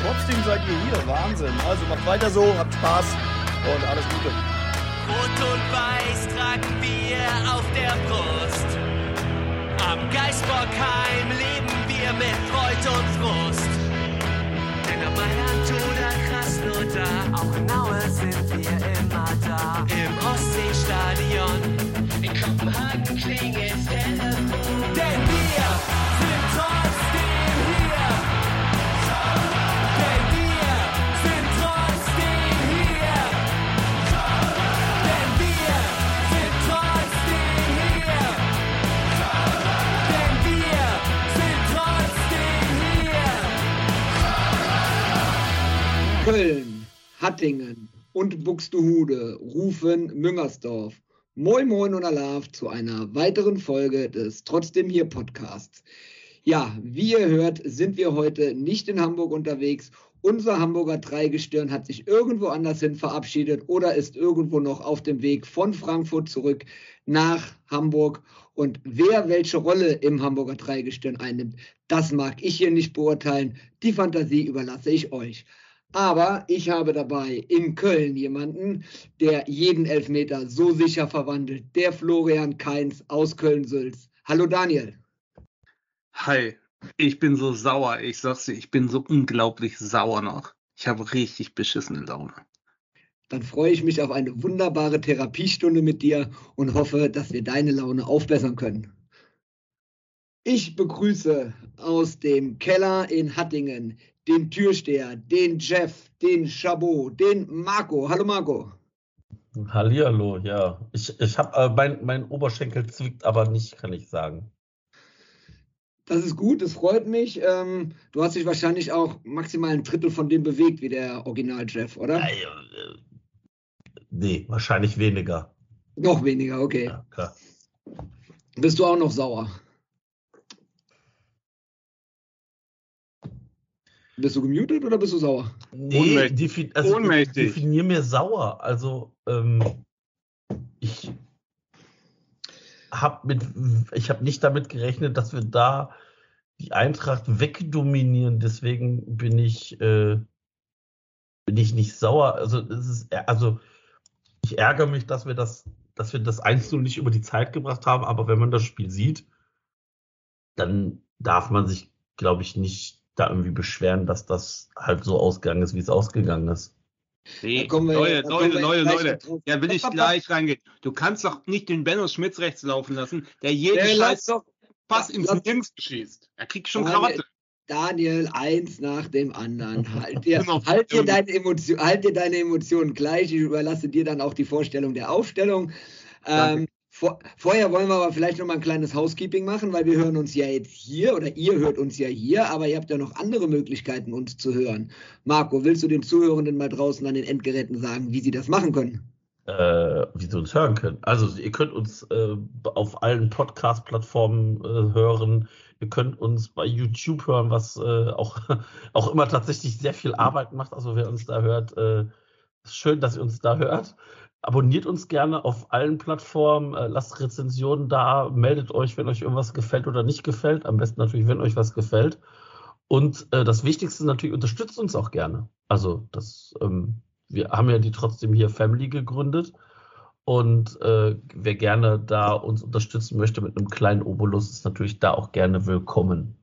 trotzdem seid ihr hier. Wahnsinn. Also macht weiter so, habt Spaß und alles Gute. Rot und Weiß tragen wir auf der Brust. Am Geisbockheim leben wir mit Freud und Frust. Denn am Mailand oder Krasnodar, auch in Aue sind wir immer da. Im Ostseestadion, in Kopenhagen klingelt Telefon. Denn wir sind trotzdem hier. Denn wir sind trotzdem hier. Denn wir sind trotzdem hier. Denn wir sind trotzdem hier. Köln, Hattingen und Buxtehude rufen Müngersdorf. Moin Moin und Alaf zu einer weiteren Folge des Trotzdem hier Podcasts. Ja, wie ihr hört, sind wir heute nicht in Hamburg unterwegs. Unser Hamburger Dreigestirn hat sich irgendwo anders hin verabschiedet oder ist irgendwo noch auf dem Weg von Frankfurt zurück nach Hamburg. Und wer welche Rolle im Hamburger Dreigestirn einnimmt, das mag ich hier nicht beurteilen. Die Fantasie überlasse ich euch. Aber ich habe dabei in Köln jemanden, der jeden Elfmeter so sicher verwandelt. Der Florian Kainz aus Köln-Sülz. Hallo Daniel. Hi, ich bin so sauer. Ich sag's dir, ich bin so unglaublich sauer noch. Ich habe richtig beschissene Laune. Dann freue ich mich auf eine wunderbare Therapiestunde mit dir und hoffe, dass wir deine Laune aufbessern können. Ich begrüße aus dem Keller in Hattingen den Türsteher, den Jeff, den Chabot, den Marco. Hallo Marco. Hallihallo, ja. Ich habe mein Oberschenkel zwickt aber nicht, kann ich sagen. Das ist gut, das freut mich. Du hast dich wahrscheinlich auch maximal ein Drittel von dem bewegt wie der Original Jeff, oder? Nee, wahrscheinlich weniger. Noch weniger, okay. Ja, klar. Bist du auch noch sauer? Bist du gemutet oder bist du sauer? Nee, Ohnmächtig. Ohnmächtig. Definier mir sauer. Also, ich habe nicht damit gerechnet, dass wir da die Eintracht wegdominieren. Deswegen bin ich nicht sauer. Also ich ärgere mich, dass wir das 1:0 nicht über die Zeit gebracht haben. Aber wenn man das Spiel sieht, dann darf man sich, glaube ich, nicht da irgendwie beschweren, dass das halt so ausgegangen ist, wie es ausgegangen ist. Nee, Leute. Ja, will ich gleich reingehen. Du kannst doch nicht den Benno Schmitz rechts laufen lassen, der jeden Scheiß Pass ins Links schießt. Er kriegt schon Krawatte. Daniel, eins nach dem anderen. Halt dir deine Emotionen gleich. Ich überlasse dir dann auch die Vorstellung der Aufstellung. Vorher wollen wir aber vielleicht noch mal ein kleines Housekeeping machen, weil wir hören uns ja jetzt hier oder ihr hört uns ja hier, aber ihr habt ja noch andere Möglichkeiten, uns zu hören. Marco, willst du den Zuhörenden mal draußen an den Endgeräten sagen, wie sie das machen können? Wie sie uns hören können. Also ihr könnt uns auf allen Podcast-Plattformen hören. Ihr könnt uns bei YouTube hören, was auch immer tatsächlich sehr viel Arbeit macht. Also wer uns da hört, ist schön, dass ihr uns da hört. Abonniert uns gerne auf allen Plattformen, lasst Rezensionen da, meldet euch, wenn euch irgendwas gefällt oder nicht gefällt. Am besten natürlich, wenn euch was gefällt. Und das Wichtigste ist natürlich, unterstützt uns auch gerne. Also wir haben ja die Trotzdem hier Family gegründet. Und wer gerne da uns unterstützen möchte mit einem kleinen Obolus, ist natürlich da auch gerne willkommen.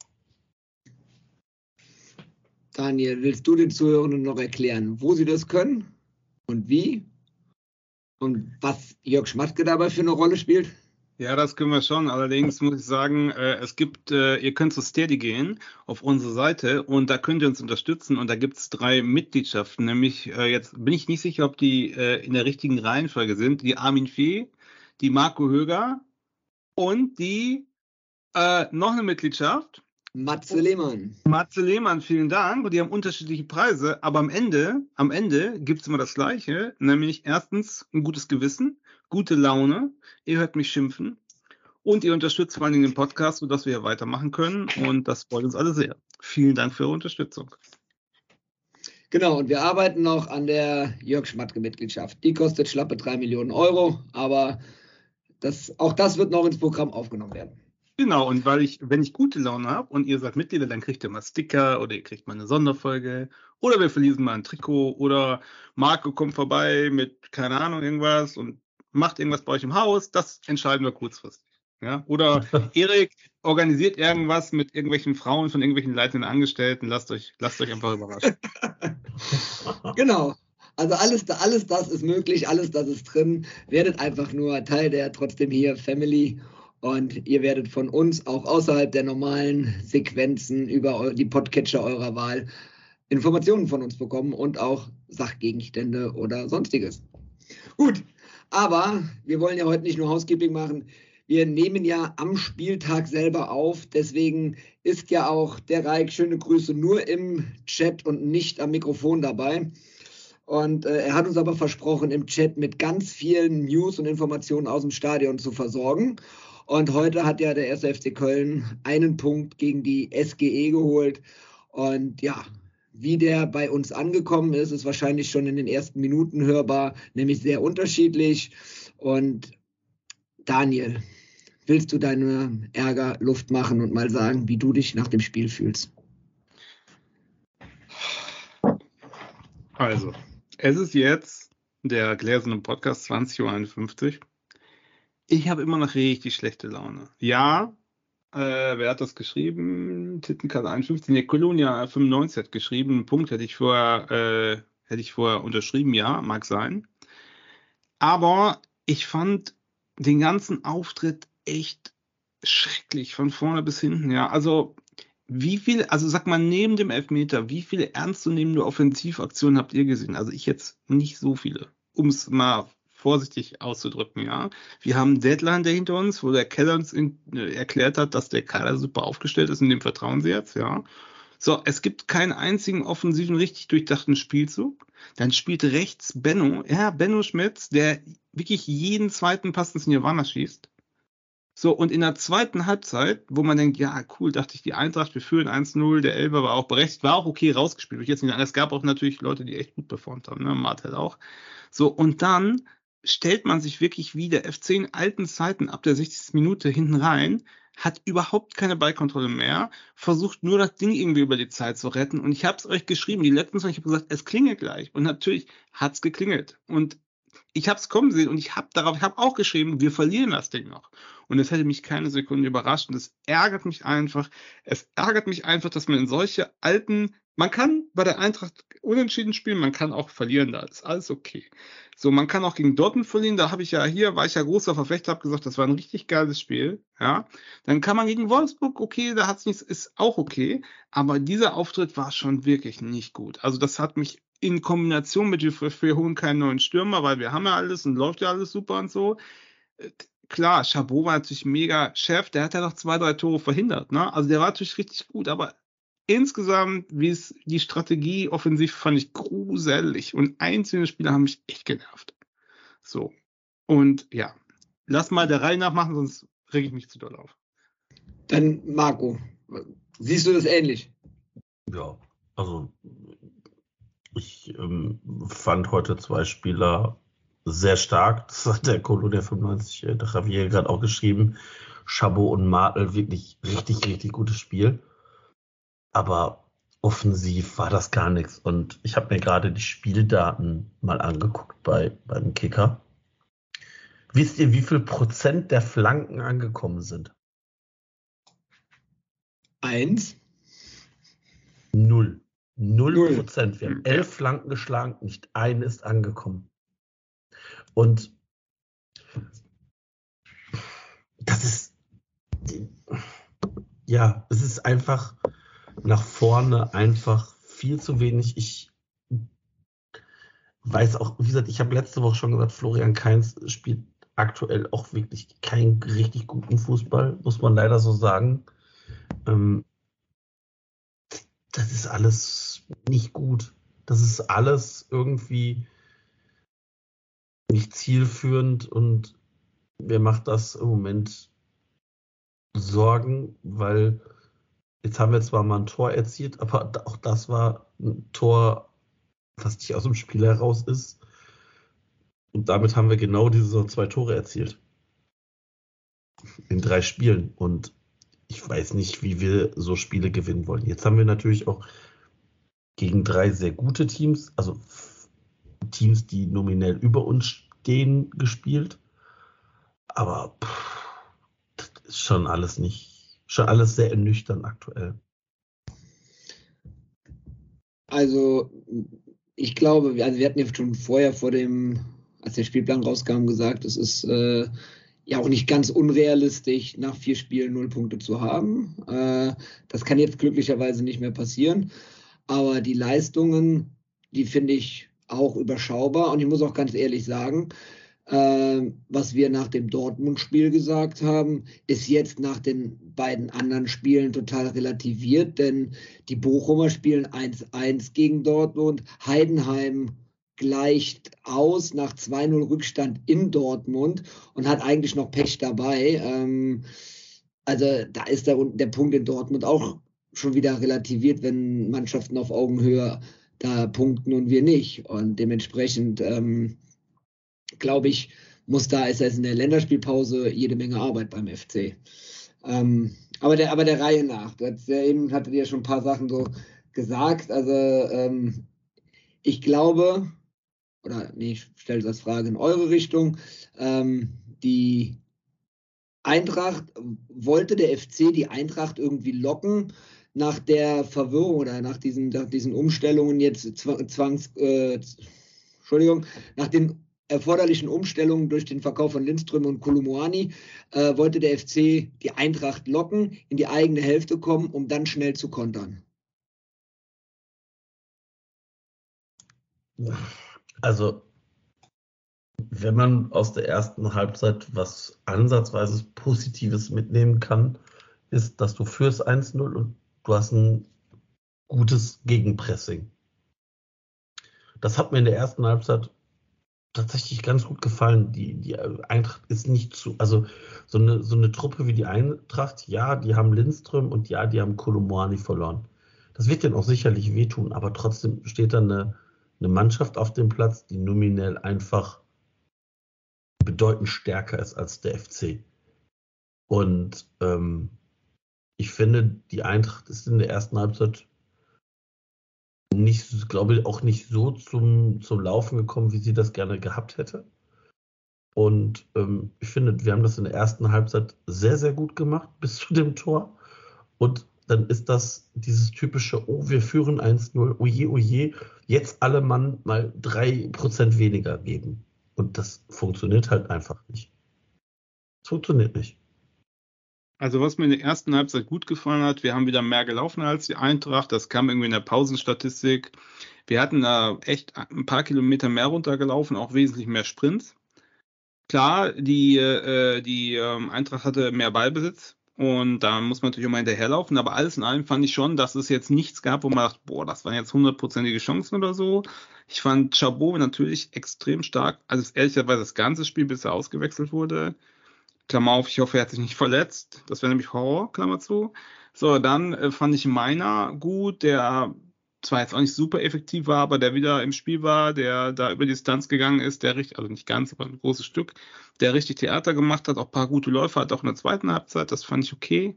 Daniel, willst du den Zuhörenden noch erklären, wo sie das können und wie? Und was Jörg Schmatke dabei für eine Rolle spielt? Ja, das können wir schon. Allerdings muss ich sagen, ihr könnt zu Steady gehen auf unsere Seite und da könnt ihr uns unterstützen und da gibt es 3 Mitgliedschaften, nämlich jetzt bin ich nicht sicher, ob die in der richtigen Reihenfolge sind, die Armin Fee, die Marco Höger und die noch eine Mitgliedschaft. Matze Lehmann. Matze Lehmann, vielen Dank. Und die haben unterschiedliche Preise, aber am Ende gibt es immer das Gleiche, nämlich erstens ein gutes Gewissen, gute Laune, ihr hört mich schimpfen und ihr unterstützt vor allem den Podcast, sodass wir hier weitermachen können und das freut uns alle sehr. Vielen Dank für eure Unterstützung. Genau, und wir arbeiten noch an der Jörg Schmatke-Mitgliedschaft. Die kostet schlappe 3 Millionen Euro, aber auch das wird noch ins Programm aufgenommen werden. Genau, und wenn ich gute Laune habe und ihr seid Mitglieder, dann kriegt ihr mal Sticker oder ihr kriegt mal eine Sonderfolge oder wir verlesen mal ein Trikot oder Marco kommt vorbei mit, keine Ahnung, irgendwas und macht irgendwas bei euch im Haus. Das entscheiden wir kurzfristig. Ja? Oder Erik organisiert irgendwas mit irgendwelchen Frauen von irgendwelchen leitenden Angestellten. Lasst euch einfach überraschen. Genau. Also alles das ist möglich, alles das ist drin. Werdet einfach nur Teil der trotzdem hier Family und ihr werdet von uns auch außerhalb der normalen Sequenzen über die Podcatcher eurer Wahl Informationen von uns bekommen und auch Sachgegenstände oder sonstiges. Gut, aber wir wollen ja heute nicht nur Housekeeping machen. Wir nehmen ja am Spieltag selber auf, deswegen ist ja auch der Raik, schöne Grüße, nur im Chat und nicht am Mikrofon dabei. Und er hat uns aber versprochen, im Chat mit ganz vielen News und Informationen aus dem Stadion zu versorgen. Und heute hat ja der 1. FC Köln einen Punkt gegen die SGE geholt. Und ja, wie der bei uns angekommen ist, ist wahrscheinlich schon in den ersten Minuten hörbar, nämlich sehr unterschiedlich. Und Daniel, willst du deine Ärger Luft machen und mal sagen, wie du dich nach dem Spiel fühlst? Also, es ist jetzt der gläserne Podcast 20:51 Uhr. Ich habe immer noch richtig schlechte Laune. Ja, wer hat das geschrieben? Tittenkarte 51. Nee, Colonia 95 hat geschrieben. Einen Punkt hätte ich vorher unterschrieben. Ja, mag sein. Aber ich fand den ganzen Auftritt echt schrecklich, von vorne bis hinten. Ja, also sag mal, neben dem Elfmeter, wie viele ernstzunehmende Offensivaktionen habt ihr gesehen? Also ich jetzt nicht so viele, um es mal vorsichtig auszudrücken, ja. Wir haben einen Deadline hinter uns, wo der Keller uns erklärt hat, dass der Kader super aufgestellt ist, in dem vertrauen sie jetzt, ja. So, es gibt keinen einzigen offensiven, richtig durchdachten Spielzug. Dann spielt rechts Benno Schmitz, der wirklich jeden zweiten Pass ins Nirvana schießt. So, und in der zweiten Halbzeit, wo man denkt, ja, cool, dachte ich, die Eintracht, wir führen 1-0, der Elfer war auch berechtigt, war auch okay rausgespielt. Es gab auch natürlich Leute, die echt gut performt haben, ne, Martel auch. So, und dann stellt man sich wirklich wie der FC in alten Zeiten ab der 60. Minute hinten rein, hat überhaupt keine Ballkontrolle mehr, versucht nur das Ding irgendwie über die Zeit zu retten. Und ich habe es euch geschrieben, die letzten Mal, ich habe gesagt, es klingelt gleich. Und natürlich hat es geklingelt. Und ich habe es kommen sehen und ich habe auch geschrieben, wir verlieren das Ding noch. Und es hätte mich keine Sekunde überrascht. Und es ärgert mich einfach, dass man in solche alten, man kann bei der Eintracht unentschieden spielen, man kann auch verlieren, da ist alles okay. So, man kann auch gegen Dortmund verlieren, war ich ja großer Verfechter, habe gesagt, das war ein richtig geiles Spiel, ja. Dann kann man gegen Wolfsburg, okay, da hat's nichts, ist auch okay, aber dieser Auftritt war schon wirklich nicht gut. Also das hat mich in Kombination mit, wir holen keinen neuen Stürmer, weil wir haben ja alles und läuft ja alles super und so. Klar, Chabot war natürlich mega Chef, der hat ja noch 2-3 Tore verhindert, ne? Also der war natürlich richtig gut, aber insgesamt, die Strategie offensiv fand ich gruselig und einzelne Spieler haben mich echt genervt. So. Und ja, lass mal der Reihe nach machen, sonst reg ich mich zu doll auf. Dann Marco, siehst du das ähnlich? Ja, also ich fand heute 2 Spieler sehr stark. Das hat der Colonia 95, der Javier gerade auch geschrieben. Chabot und Martel, wirklich richtig, richtig gutes Spiel. Aber offensiv war das gar nichts. Und ich habe mir gerade die Spieldaten mal angeguckt beim Kicker. Wisst ihr, wie viel Prozent der Flanken angekommen sind? 1. 0. 0%. Wir haben 11 Flanken geschlagen, nicht eine ist angekommen. Und das ist, ja, es ist einfach nach vorne einfach viel zu wenig. Ich weiß auch, wie gesagt, ich habe letzte Woche schon gesagt, Florian Kainz spielt aktuell auch wirklich keinen richtig guten Fußball, muss man leider so sagen. Das ist alles nicht gut. Das ist alles irgendwie nicht zielführend und mir macht das im Moment Sorgen, weil jetzt haben wir zwar mal ein Tor erzielt, aber auch das war ein Tor, was nicht aus dem Spiel heraus ist. Und damit haben wir genau diese 2 Tore erzielt. In 3 Spielen. Und ich weiß nicht, wie wir so Spiele gewinnen wollen. Jetzt haben wir natürlich auch gegen 3 sehr gute Teams, also Teams, die nominell über uns stehen, gespielt. Aber das ist schon alles sehr ernüchternd aktuell. Also, ich glaube, wir hatten ja schon vorher als der Spielplan rauskam, gesagt, es ist ja auch nicht ganz unrealistisch, nach 4 Spielen 0 Punkte zu haben. Das kann jetzt glücklicherweise nicht mehr passieren. Aber die Leistungen, die finde ich auch überschaubar. Und ich muss auch ganz ehrlich sagen, was wir nach dem Dortmund-Spiel gesagt haben, ist jetzt nach den beiden anderen Spielen total relativiert, denn die Bochumer spielen 1-1 gegen Dortmund. Heidenheim gleicht aus nach 2-0 Rückstand in Dortmund und hat eigentlich noch Pech dabei. Also da ist der Punkt in Dortmund auch schon wieder relativiert, wenn Mannschaften auf Augenhöhe da punkten und wir nicht. Und dementsprechend glaube ich, ist erst in der Länderspielpause jede Menge Arbeit beim FC. Aber der Reihe nach. Eben hattet ihr schon ein paar Sachen so gesagt. Also ich glaube, ich stelle das Frage in eure Richtung. Die Eintracht, wollte der FC die Eintracht irgendwie locken nach der Verwirrung oder nach diesen Umstellungen jetzt nach den erforderlichen Umstellungen durch den Verkauf von Lindström und Kolomoani, wollte der FC die Eintracht locken, in die eigene Hälfte kommen, um dann schnell zu kontern? Also, wenn man aus der ersten Halbzeit was ansatzweise Positives mitnehmen kann, ist, dass du führst 1-0 und du hast ein gutes Gegenpressing. Das hat mir in der ersten Halbzeit tatsächlich ganz gut gefallen. Die Eintracht ist nicht also so eine Truppe wie die Eintracht, ja, die haben Lindström und ja, die haben Kolomoani verloren. Das wird denen auch sicherlich wehtun, aber trotzdem steht da eine Mannschaft auf dem Platz, die nominell einfach bedeutend stärker ist als der FC. Und ich finde, die Eintracht ist in der ersten Halbzeit glaube ich, auch nicht so zum Laufen gekommen, wie sie das gerne gehabt hätte. Und ich finde, wir haben das in der ersten Halbzeit sehr, sehr gut gemacht, bis zu dem Tor. Und dann ist das dieses typische, wir führen 1-0, oje, jetzt alle Mann mal 3% weniger geben. Und das funktioniert halt einfach nicht. Das funktioniert nicht. Also was mir in der ersten Halbzeit gut gefallen hat, wir haben wieder mehr gelaufen als die Eintracht. Das kam irgendwie in der Pausenstatistik. Wir hatten da echt ein paar Kilometer mehr runtergelaufen, auch wesentlich mehr Sprints. Klar, die Eintracht hatte mehr Ballbesitz und da muss man natürlich immer hinterherlaufen. Aber alles in allem fand ich schon, dass es jetzt nichts gab, wo man dachte, das waren jetzt 100%ige Chancen oder so. Ich fand Chabot natürlich extrem stark. Also ehrlicherweise das ganze Spiel, bis er ausgewechselt wurde. Klammer auf, ich hoffe, er hat sich nicht verletzt. Das wäre nämlich Horror, Klammer zu. So, dann fand ich Meiner gut, der zwar jetzt auch nicht super effektiv war, aber der wieder im Spiel war, der da über die Distanz gegangen ist, also nicht ganz, aber ein großes Stück, der richtig Theater gemacht hat, auch ein paar gute Läufe hat, auch in der zweiten Halbzeit, das fand ich okay.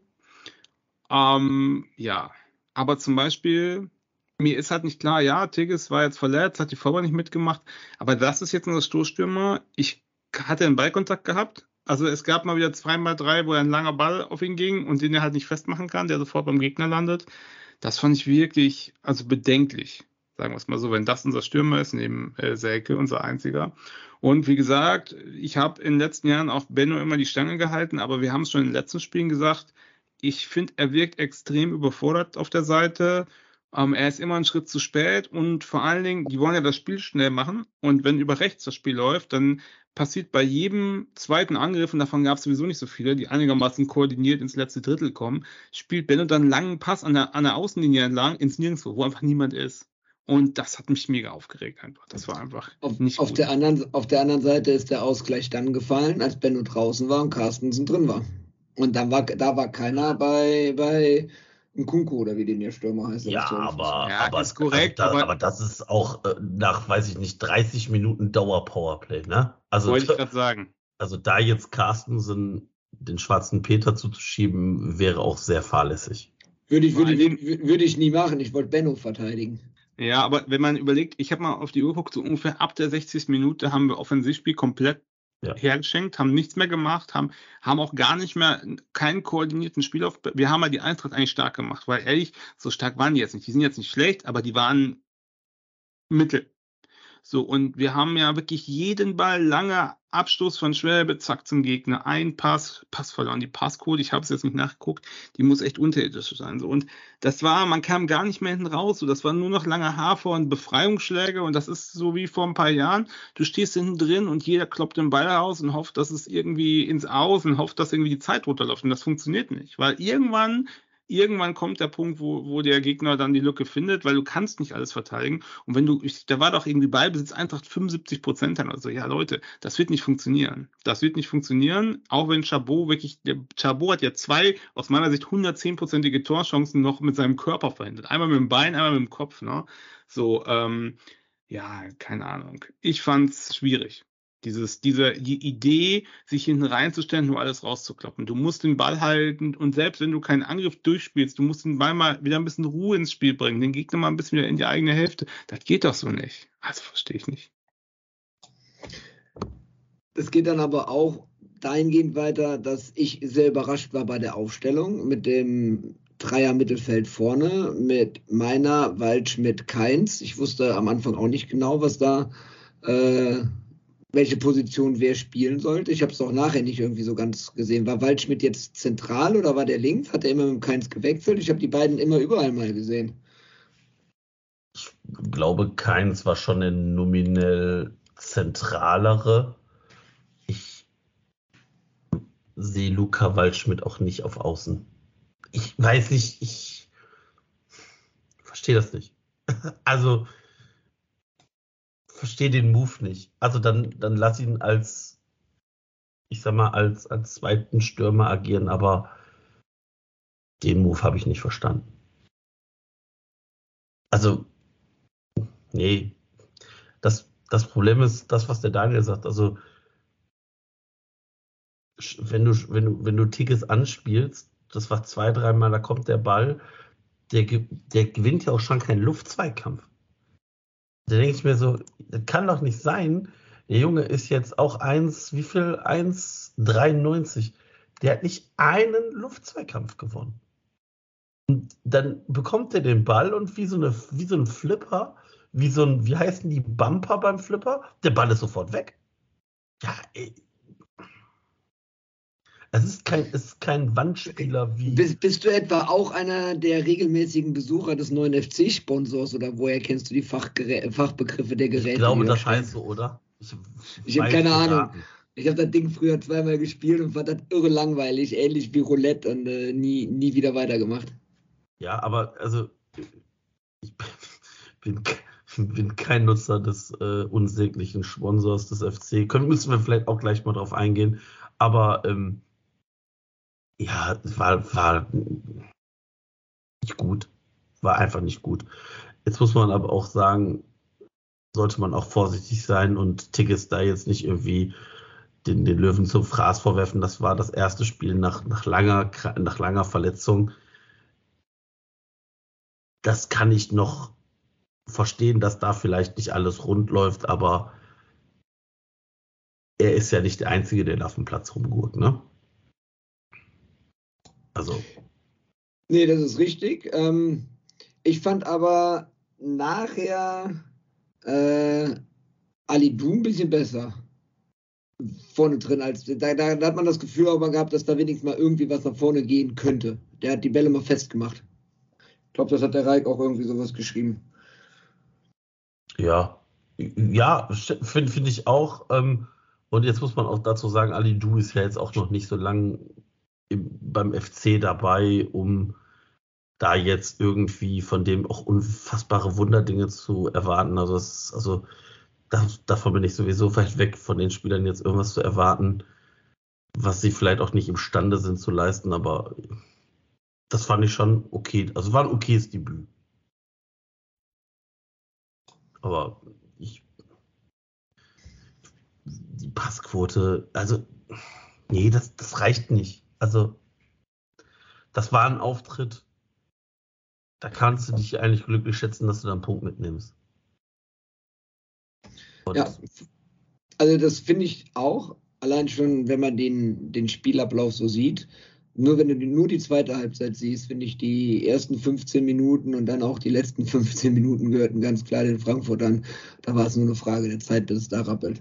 Ja, aber zum Beispiel, mir ist halt nicht klar, ja, Tigges war jetzt verletzt, hat die Vorwahl nicht mitgemacht, aber das ist jetzt unser Stoßstürmer. Ich hatte einen Ballkontakt gehabt. Also es gab mal wieder 2x3, wo ein langer Ball auf ihn ging und den er halt nicht festmachen kann, der sofort beim Gegner landet. Das fand ich wirklich, bedenklich, sagen wir es mal so, wenn das unser Stürmer ist, neben Selke, unser einziger. Und wie gesagt, ich habe in den letzten Jahren auch Benno immer die Stange gehalten, aber wir haben es schon in den letzten Spielen gesagt, ich finde, er wirkt extrem überfordert auf der Seite. Er ist immer einen Schritt zu spät und vor allen Dingen, die wollen ja das Spiel schnell machen und wenn über rechts das Spiel läuft, dann passiert bei jedem zweiten Angriff, und davon gab es sowieso nicht so viele, die einigermaßen koordiniert ins letzte Drittel kommen, spielt Benno dann einen langen Pass an der Außenlinie entlang ins Nirgendwo, wo einfach niemand ist. Und das hat mich mega aufgeregt einfach. Das war einfach nicht gut. Auf der anderen Seite ist der Ausgleich dann gefallen, als Benno draußen war und Carstensen drin war. Und da war keiner bei Nkunku oder wie den ihr Stürmer heißt. Ja, aber ist korrekt. Aber das ist auch nach, weiß ich nicht, 30 Minuten Dauer-Powerplay, ne? Also, wollte ich gerade sagen. Also da jetzt Carstensen den schwarzen Peter zuzuschieben, wäre auch sehr fahrlässig. Würde ich nie machen. Ich wollte Benno verteidigen. Ja, aber wenn man überlegt, ich habe mal auf die Uhr geguckt, so ungefähr ab der 60. Minute haben wir Offensivspiel komplett hergeschenkt, haben nichts mehr gemacht, haben auch gar nicht mehr keinen koordinierten Spielaufbau. Wir haben die Eintracht eigentlich stark gemacht, weil ehrlich, so stark waren die jetzt nicht. Die sind jetzt nicht schlecht, aber die waren mittel. So, und wir haben ja wirklich jeden Ball, langer Abstoß von Schwäbe, zack zum Gegner, ein Pass verloren. Die Passquote, ich habe es jetzt nicht nachgeguckt, die muss echt unterirdisch sein. So, und man kam gar nicht mehr hinten raus. So, das war nur noch langer Hafer und Befreiungsschläge. Und das ist so wie vor ein paar Jahren. Du stehst hinten drin und jeder kloppt den Ball raus und hofft, dass es irgendwie ins Aus und hofft, dass irgendwie die Zeit runterläuft. Und das funktioniert nicht, weil irgendwann kommt der Punkt, wo der Gegner dann die Lücke findet, weil du kannst nicht alles verteidigen. Und da war doch irgendwie Ballbesitz Eintracht 75% dann. Also ja, Leute, das wird nicht funktionieren. Das wird nicht funktionieren, auch wenn Chabot hat ja 2, aus meiner Sicht 110%ige Torchancen noch mit seinem Körper verhindert. Einmal mit dem Bein, einmal mit dem Kopf, ne? So, ja, keine Ahnung. Ich fand's schwierig. Die Idee, sich hinten reinzustellen, nur alles rauszukloppen. Du musst den Ball halten und selbst wenn du keinen Angriff durchspielst, du musst den Ball mal wieder ein bisschen Ruhe ins Spiel bringen, den Gegner mal ein bisschen wieder in die eigene Hälfte. Das geht doch so nicht. Also verstehe ich nicht. Das geht dann aber auch dahingehend weiter, dass ich sehr überrascht war bei der Aufstellung mit dem Dreier-Mittelfeld vorne, mit Meiner, Waldschmidt, Kainz. Ich wusste am Anfang auch nicht genau, was da welche Position wer spielen sollte. Ich habe es auch nachher nicht irgendwie so ganz gesehen. War Waldschmidt jetzt zentral oder war der links? Hat er immer mit dem Kainz gewechselt? Ich habe die beiden immer überall mal gesehen. Ich glaube, Kainz war schon der nominell zentralere. Ich sehe Luca Waldschmidt auch nicht auf Außen. Ich weiß nicht, ich verstehe das nicht. Also verstehe den Move nicht. Also dann lass ihn als zweiten Stürmer agieren, aber den Move habe ich nicht verstanden. Also, nee. Das Problem ist das, was der Daniel sagt. Also, wenn du Tigges anspielst, das war 2-3 Mal, da kommt der Ball, der gewinnt ja auch schon keinen Luftzweikampf. Da denke ich mir so, das kann doch nicht sein. Der Junge ist jetzt auch 1,93. Der hat nicht einen Luftzweikampf gewonnen. Und dann bekommt er den Ball und wie so ein Flipper, wie heißen die Bumper beim Flipper? Der Ball ist sofort weg. Ja, ey. Es ist kein Wandspieler wie. Bist du etwa auch einer der regelmäßigen Besucher des neuen FC-Sponsors oder woher kennst du die Fachbegriffe der Geräte? Ich glaube, das heißt so, oder? Ich habe keine Ahnung. Ich habe das Ding früher 2-mal gespielt und fand das irre langweilig, ähnlich wie Roulette und nie wieder weitergemacht. Ja, aber also ich bin kein Nutzer des unsäglichen Sponsors des FC. Müssen wir vielleicht auch gleich mal drauf eingehen. Aber ja, es war nicht gut. War einfach nicht gut. Jetzt muss man aber auch sagen, sollte man auch vorsichtig sein und Tigges da jetzt nicht irgendwie den Löwen zum Fraß vorwerfen. Das war das erste Spiel nach langer Verletzung. Das kann ich noch verstehen, dass da vielleicht nicht alles rund läuft, aber er ist ja nicht der Einzige, der da auf dem Platz rumgurt, ne? Also. Nee, das ist richtig. Ich fand aber nachher Ali Du ein bisschen besser vorne drin. Da hat man das Gefühl aber gehabt, dass da wenigstens mal irgendwie was nach vorne gehen könnte. Der hat die Bälle mal festgemacht. Ich glaube, das hat der Reik auch irgendwie sowas geschrieben. Ja, finde ich auch. Und jetzt muss man auch dazu sagen, Ali Du ist ja jetzt auch noch nicht so lang beim FC dabei, um da jetzt irgendwie von dem auch unfassbare Wunderdinge zu erwarten. Also davon bin ich sowieso weit weg, von den Spielern jetzt irgendwas zu erwarten, was sie vielleicht auch nicht imstande sind zu leisten, aber das fand ich schon okay. Also war ein okayes Debüt. Aber die Passquote, also Nee, das reicht nicht. Also, das war ein Auftritt. Da kannst du dich eigentlich glücklich schätzen, dass du da einen Punkt mitnimmst. Und Ja, also das finde ich auch, allein schon, wenn man den Spielablauf so sieht. Nur wenn du nur die zweite Halbzeit siehst, finde ich die ersten 15 Minuten und dann auch die letzten 15 Minuten gehörten ganz klar den Frankfurtern. Da war es nur eine Frage der Zeit, bis es da rappelt.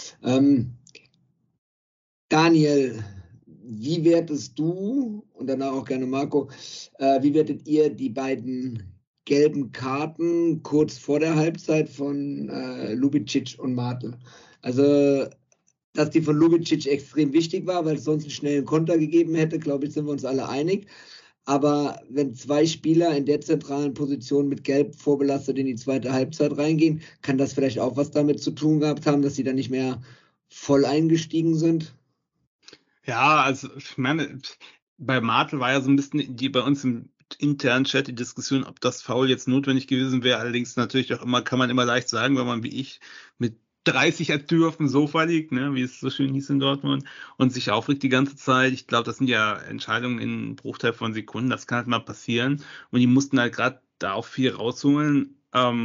Daniel, wie wertest du, und danach auch gerne Marco, wie wertet ihr die beiden gelben Karten kurz vor der Halbzeit von Lubicic und Martel? Also, dass die von Lubicic extrem wichtig war, weil es sonst einen schnellen Konter gegeben hätte, glaube ich, sind wir uns alle einig. Aber wenn zwei Spieler in der zentralen Position mit Gelb vorbelastet in die zweite Halbzeit reingehen, kann das vielleicht auch was damit zu tun gehabt haben, dass sie dann nicht mehr voll eingestiegen sind? Ja, also ich meine, bei Martel war ja so ein bisschen bei uns im internen Chat die Diskussion, ob das Foul jetzt notwendig gewesen wäre. Allerdings natürlich auch immer, kann man immer leicht sagen, wenn man wie ich mit 30 als Tür auf dem Sofa liegt, ne, wie es so schön hieß in Dortmund, und sich aufregt die ganze Zeit. Ich glaube, das sind ja Entscheidungen in einem Bruchteil von Sekunden, das kann halt mal passieren. Und die mussten halt gerade da auch viel rausholen.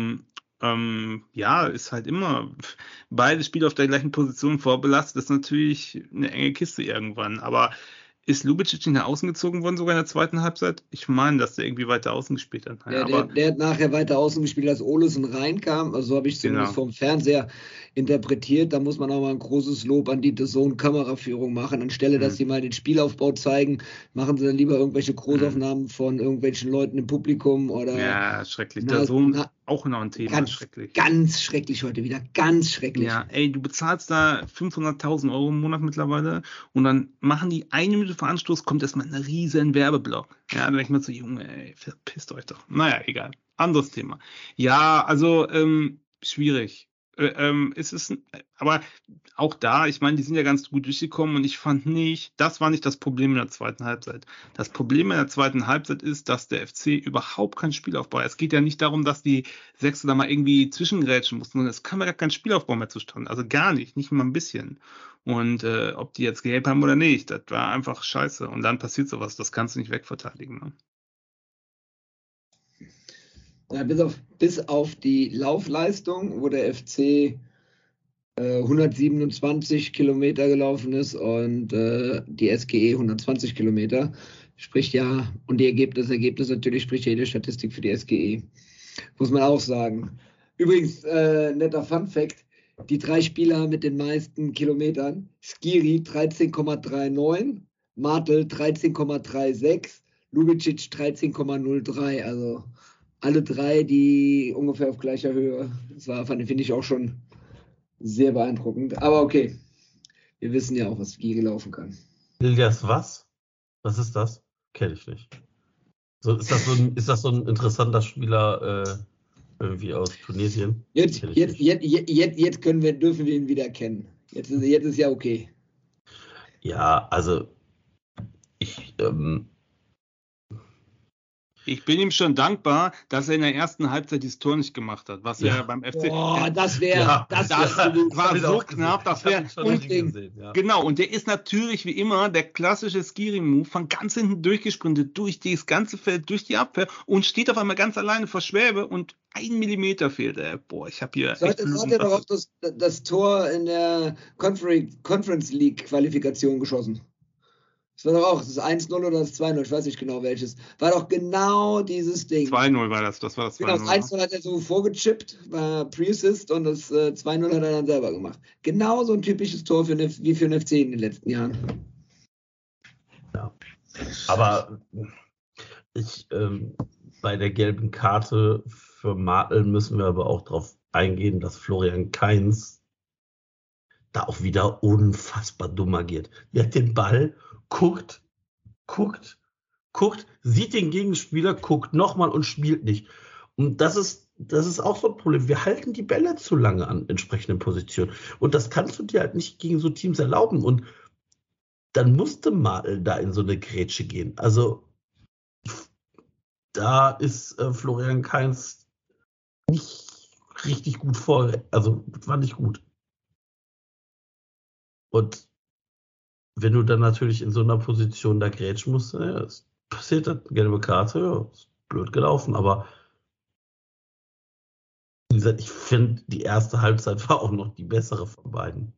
Ja, ist halt immer beide Spieler auf der gleichen Position vorbelastet. Das ist natürlich eine enge Kiste irgendwann. Aber ist Lubicic nicht nach außen gezogen worden, sogar in der zweiten Halbzeit? Ich meine, dass der irgendwie weiter außen gespielt hat. Naja, Der hat nachher weiter außen gespielt, als Olesen reinkam. Also so habe ich zumindest vom Fernseher interpretiert. Da muss man auch mal ein großes Lob an die DAZN-Kameraführung machen. Anstelle, dass sie mal den Spielaufbau zeigen, machen sie dann lieber irgendwelche Großaufnahmen von irgendwelchen Leuten im Publikum oder. Ja, schrecklich. DAZN auch noch ein Thema. Schrecklich. Ganz schrecklich heute wieder. Ganz schrecklich. Ja, ey, du bezahlst da 500.000 Euro im Monat mittlerweile und dann machen die 1 Minute vor Anstoß, kommt erstmal ein riesen Werbeblock. Ja, dann denke ich mir so, Junge, ey, verpisst euch doch. Naja, egal. Anderes Thema. Ja, also, schwierig. Aber auch da, ich meine, die sind ja ganz gut durchgekommen und ich fand nicht, das war nicht das Problem in der zweiten Halbzeit. Das Problem in der zweiten Halbzeit ist, dass der FC überhaupt kein Spielaufbau hat. Es geht ja nicht darum, dass die Sechser da mal irgendwie zwischengrätschen mussten, sondern es kam ja gar kein Spielaufbau mehr zustande. Also gar nicht mal ein bisschen. Und ob die jetzt gelb haben oder nicht, das war einfach scheiße. Und dann passiert sowas, das kannst du nicht wegverteidigen. Ne? Ja, bis auf die Laufleistung, wo der FC 127 Kilometer gelaufen ist und die SGE 120 Kilometer, spricht ja, und das Ergebnis natürlich spricht jede Statistik für die SGE. Muss man auch sagen. Übrigens, netter Funfact, die 3 Spieler mit den meisten Kilometern, Skiri 13,39, Martel 13,36, Lubicic 13,03, also alle 3, die ungefähr auf gleicher Höhe. Das finde ich auch schon sehr beeindruckend. Aber okay, wir wissen ja auch, was Skiri laufen kann. Ilias was? Was ist das? Kenne ich nicht. So, ist das so ein interessanter Spieler irgendwie aus Tunesien? Jetzt dürfen wir ihn wieder kennen. Jetzt ist ja okay. Ja, also ich bin ihm schon dankbar, dass er in der ersten Halbzeit dieses Tor nicht gemacht hat, was er beim FC. Boah, das war so knapp, das wäre gesehen. Ja. Genau, und der ist natürlich wie immer der klassische Skiri-Move von ganz hinten durchgesprintet, durch das ganze Feld, durch die Abwehr und steht auf einmal ganz alleine vor Schwäbe und 1 Millimeter fehlt er. Boah, ich habe hier. Hat er doch auch das Tor in der Conference League Qualifikation geschossen. Das war doch auch das 1-0 oder das 2-0, ich weiß nicht genau welches. War doch genau dieses Ding. 2-0 war das war das 2-0. Genau, das 1-0 hat er so vorgechippt, war Pre-Assist und das 2-0 hat er dann selber gemacht. Genau so ein typisches Tor wie für den FC in den letzten Jahren. Ja, aber bei der gelben Karte für Martel müssen wir aber auch darauf eingehen, dass Florian Kainz da auch wieder unfassbar dumm agiert. Der hat den Ball, guckt, sieht den Gegenspieler, guckt nochmal und spielt nicht. Und das ist auch so ein Problem. Wir halten die Bälle zu lange an entsprechenden Positionen. Und das kannst du dir halt nicht gegen so Teams erlauben. Und dann musste Martel da in so eine Grätsche gehen. Also da ist Florian Kainz nicht richtig gut war nicht gut. Und wenn du dann natürlich in so einer Position da grätschen musst, ja, es passiert dann, gelbe Karte, ja, ist blöd gelaufen, aber wie gesagt, ich finde, die erste Halbzeit war auch noch die bessere von beiden.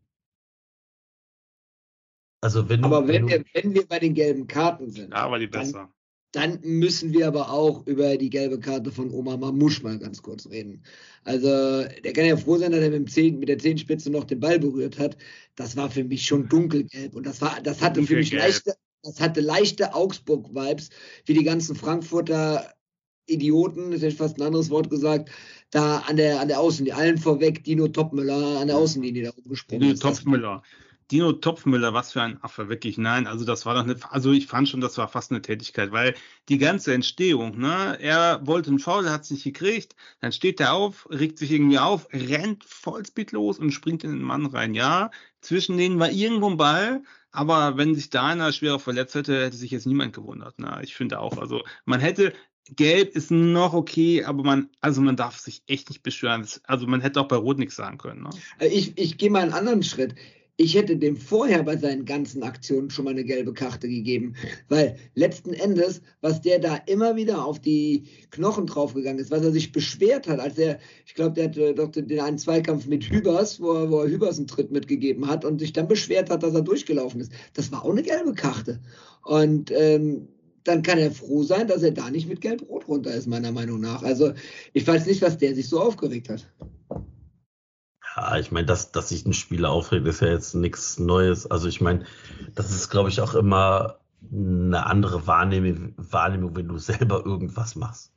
Also Aber wenn wir bei den gelben Karten sind, Ja, war die besser. dann müssen wir aber auch über die gelbe Karte von Omar Mamouche mal ganz kurz reden. Also der kann ja froh sein, dass er mit der Zehenspitze noch den Ball berührt hat. Das war für mich schon dunkelgelb und das hatte für mich leichte Augsburg-Vibes, wie die ganzen Frankfurter Idioten, das hätte ich fast ein anderes Wort gesagt, da an der Außenlinie, allen vorweg Dino Topmüller an der Außenlinie da rumgesprungen ist. Dino Topfmüller, was für ein Affe, wirklich. Nein, also das war doch nicht, also ich fand schon, das war fast eine Tätigkeit, weil die ganze Entstehung, ne, er wollte einen Foul, er hat es nicht gekriegt, dann steht er auf, regt sich irgendwie auf, rennt Vollspeed los und springt in den Mann rein. Ja, zwischen denen war irgendwo ein Ball, aber wenn sich da einer schwerer verletzt hätte sich jetzt niemand gewundert. Ne? Ich finde auch, also Gelb ist noch okay, aber man darf sich echt nicht beschweren. Also man hätte auch bei Rot nichts sagen können. Ne? Ich gehe mal einen anderen Schritt. Ich hätte dem vorher bei seinen ganzen Aktionen schon mal eine gelbe Karte gegeben, weil letzten Endes, was der da immer wieder auf die Knochen draufgegangen ist, was er sich beschwert hat, ich glaube, der hatte doch den einen Zweikampf mit Hübers, wo er Hübers einen Tritt mitgegeben hat und sich dann beschwert hat, dass er durchgelaufen ist. Das war auch eine gelbe Karte. Und dann kann er froh sein, dass er da nicht mit Gelb-Rot runter ist, meiner Meinung nach. Also ich weiß nicht, was der sich so aufgeregt hat. Ja, ich meine, dass sich ein Spieler aufregt, ist ja jetzt nichts Neues. Also ich meine, das ist, glaube ich, auch immer eine andere Wahrnehmung, wenn du selber irgendwas machst.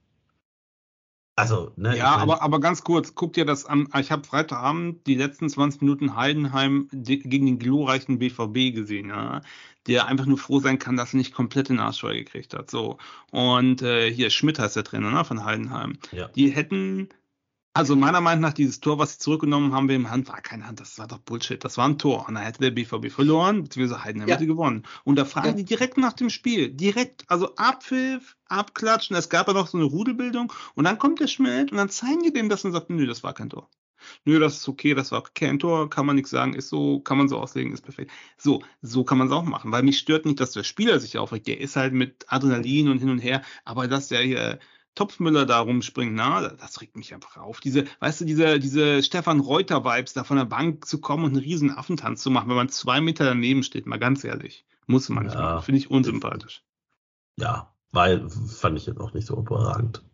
Also, ne? Ja, aber ganz kurz, guck dir das an. Ich habe Freitagabend die letzten 20 Minuten Heidenheim gegen den glorreichen BVB gesehen, ja, der einfach nur froh sein kann, dass er nicht komplett den Arsch voll gekriegt hat. So. Und hier Schmidt heißt der Trainer, ne, von Heidenheim. Ja. Die hätten, also meiner Meinung nach, dieses Tor, was sie zurückgenommen haben, im Hand war keine Hand, das war doch Bullshit. Das war ein Tor. Und da hätte der BVB verloren, beziehungsweise Heidenheim hätte gewonnen. Und da fragen die direkt nach dem Spiel. Also Abpfiff, abklatschen. Es gab ja noch so eine Rudelbildung. Und dann kommt der Schmidt und dann zeigen die dem das und sagt, nö, das war kein Tor. Nö, das ist okay, das war kein Tor, kann man nichts sagen, ist so, kann man so auslegen, ist perfekt. So kann man es auch machen, weil mich stört nicht, dass der Spieler sich aufregt. Der ist halt mit Adrenalin und hin und her, aber dass der hier Topfmüller da rumspringt, das regt mich einfach auf. Diese Stefan Reuter-Vibes, da von der Bank zu kommen und einen riesen Affentanz zu machen, wenn man 2 Meter daneben steht, mal ganz ehrlich. Muss man nicht machen. Finde ich unsympathisch. Ja, fand ich jetzt auch nicht so überragend.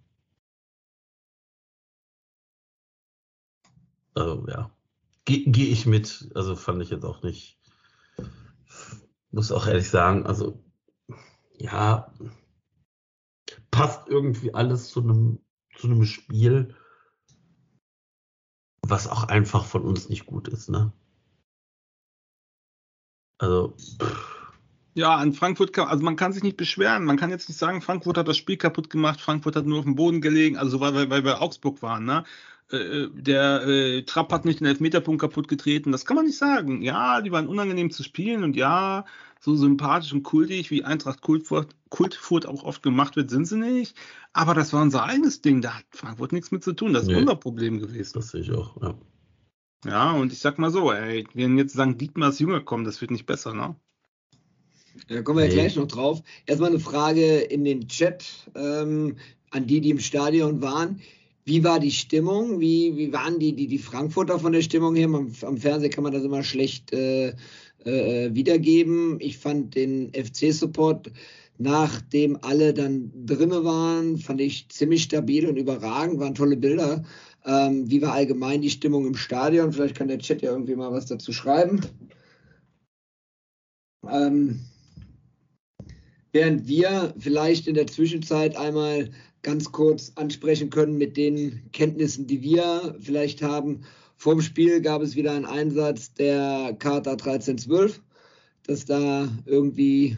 Also, ja. Gehe ich mit. Also, fand ich jetzt auch nicht. Muss auch ehrlich sagen, also, ja, passt irgendwie alles zu einem Spiel, was auch einfach von uns nicht gut ist, ne? Also, ja, an Frankfurt also man kann sich nicht beschweren. Man kann jetzt nicht sagen, Frankfurt hat das Spiel kaputt gemacht, Frankfurt hat nur auf dem Boden gelegen, also weil wir Augsburg waren, ne? Der Trapp hat nicht den Elfmeterpunkt kaputt getreten, das kann man nicht sagen. Ja, die waren unangenehm zu spielen und ja, so sympathisch und kultig, wie Eintracht Kultfurt auch oft gemacht wird, sind sie nicht. Aber das war unser eigenes Ding, da hat Frankfurt nichts mit zu tun, das ist unser Problem gewesen. Das sehe ich auch, ja. Ja, und ich sag mal so, wenn jetzt sagen, Dietmar ist jünger kommen, das wird nicht besser, ne? Da kommen wir ja gleich noch drauf. Erstmal eine Frage in den Chat an die im Stadion waren. Wie war die Stimmung? Wie waren die Frankfurter von der Stimmung her? Am Fernsehen kann man das immer schlecht wiedergeben. Ich fand den FC-Support, nachdem alle dann drinne waren, fand ich ziemlich stabil und überragend. Waren tolle Bilder. Wie war allgemein die Stimmung im Stadion? Vielleicht kann der Chat ja irgendwie mal was dazu schreiben. Während wir vielleicht in der Zwischenzeit einmal ganz kurz ansprechen können mit den Kenntnissen, die wir vielleicht haben. Vorm Spiel gab es wieder einen Einsatz der Charta 1312, dass da irgendwie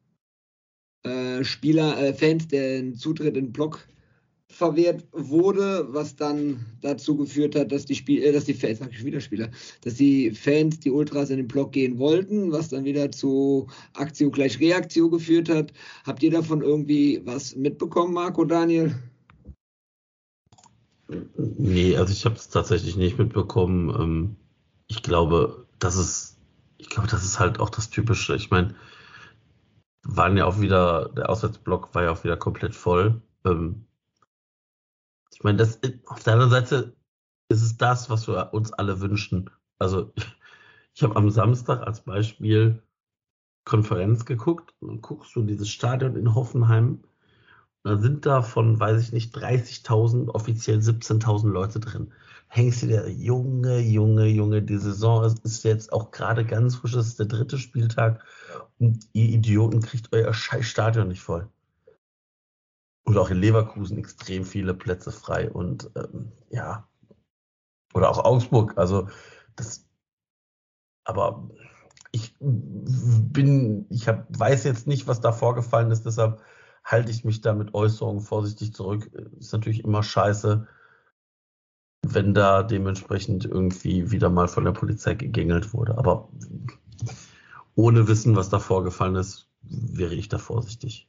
Fans, den Zutritt in den Block verwehrt wurde, was dann dazu geführt hat, dass die Fans, die Ultras in den Block gehen wollten, was dann wieder zu Aktion gleich Reaktion geführt hat. Habt ihr davon irgendwie was mitbekommen, Marco, Daniel? Nee, also ich habe es tatsächlich nicht mitbekommen. Ich glaube, dass es Ich glaube, das ist halt auch das Typische. Ich meine, der Auswärtsblock war ja auch wieder komplett voll. Ich meine, auf der anderen Seite ist es das, was wir uns alle wünschen. Also ich habe am Samstag als Beispiel Konferenz geguckt und guckst du dieses Stadion in Hoffenheim. Da sind da von, weiß ich nicht, 30.000, offiziell 17.000 Leute drin. Hängst du dir, Junge, die Saison ist jetzt auch gerade ganz frisch, das ist der 3. Spieltag und ihr Idioten kriegt euer scheiß Stadion nicht voll. Und auch in Leverkusen extrem viele Plätze frei und ja, oder auch Augsburg, also aber weiß jetzt nicht, was da vorgefallen ist, deshalb halte ich mich da mit Äußerungen vorsichtig zurück. Ist natürlich immer scheiße, wenn da dementsprechend irgendwie wieder mal von der Polizei gegängelt wurde. Aber ohne Wissen, was da vorgefallen ist, wäre ich da vorsichtig.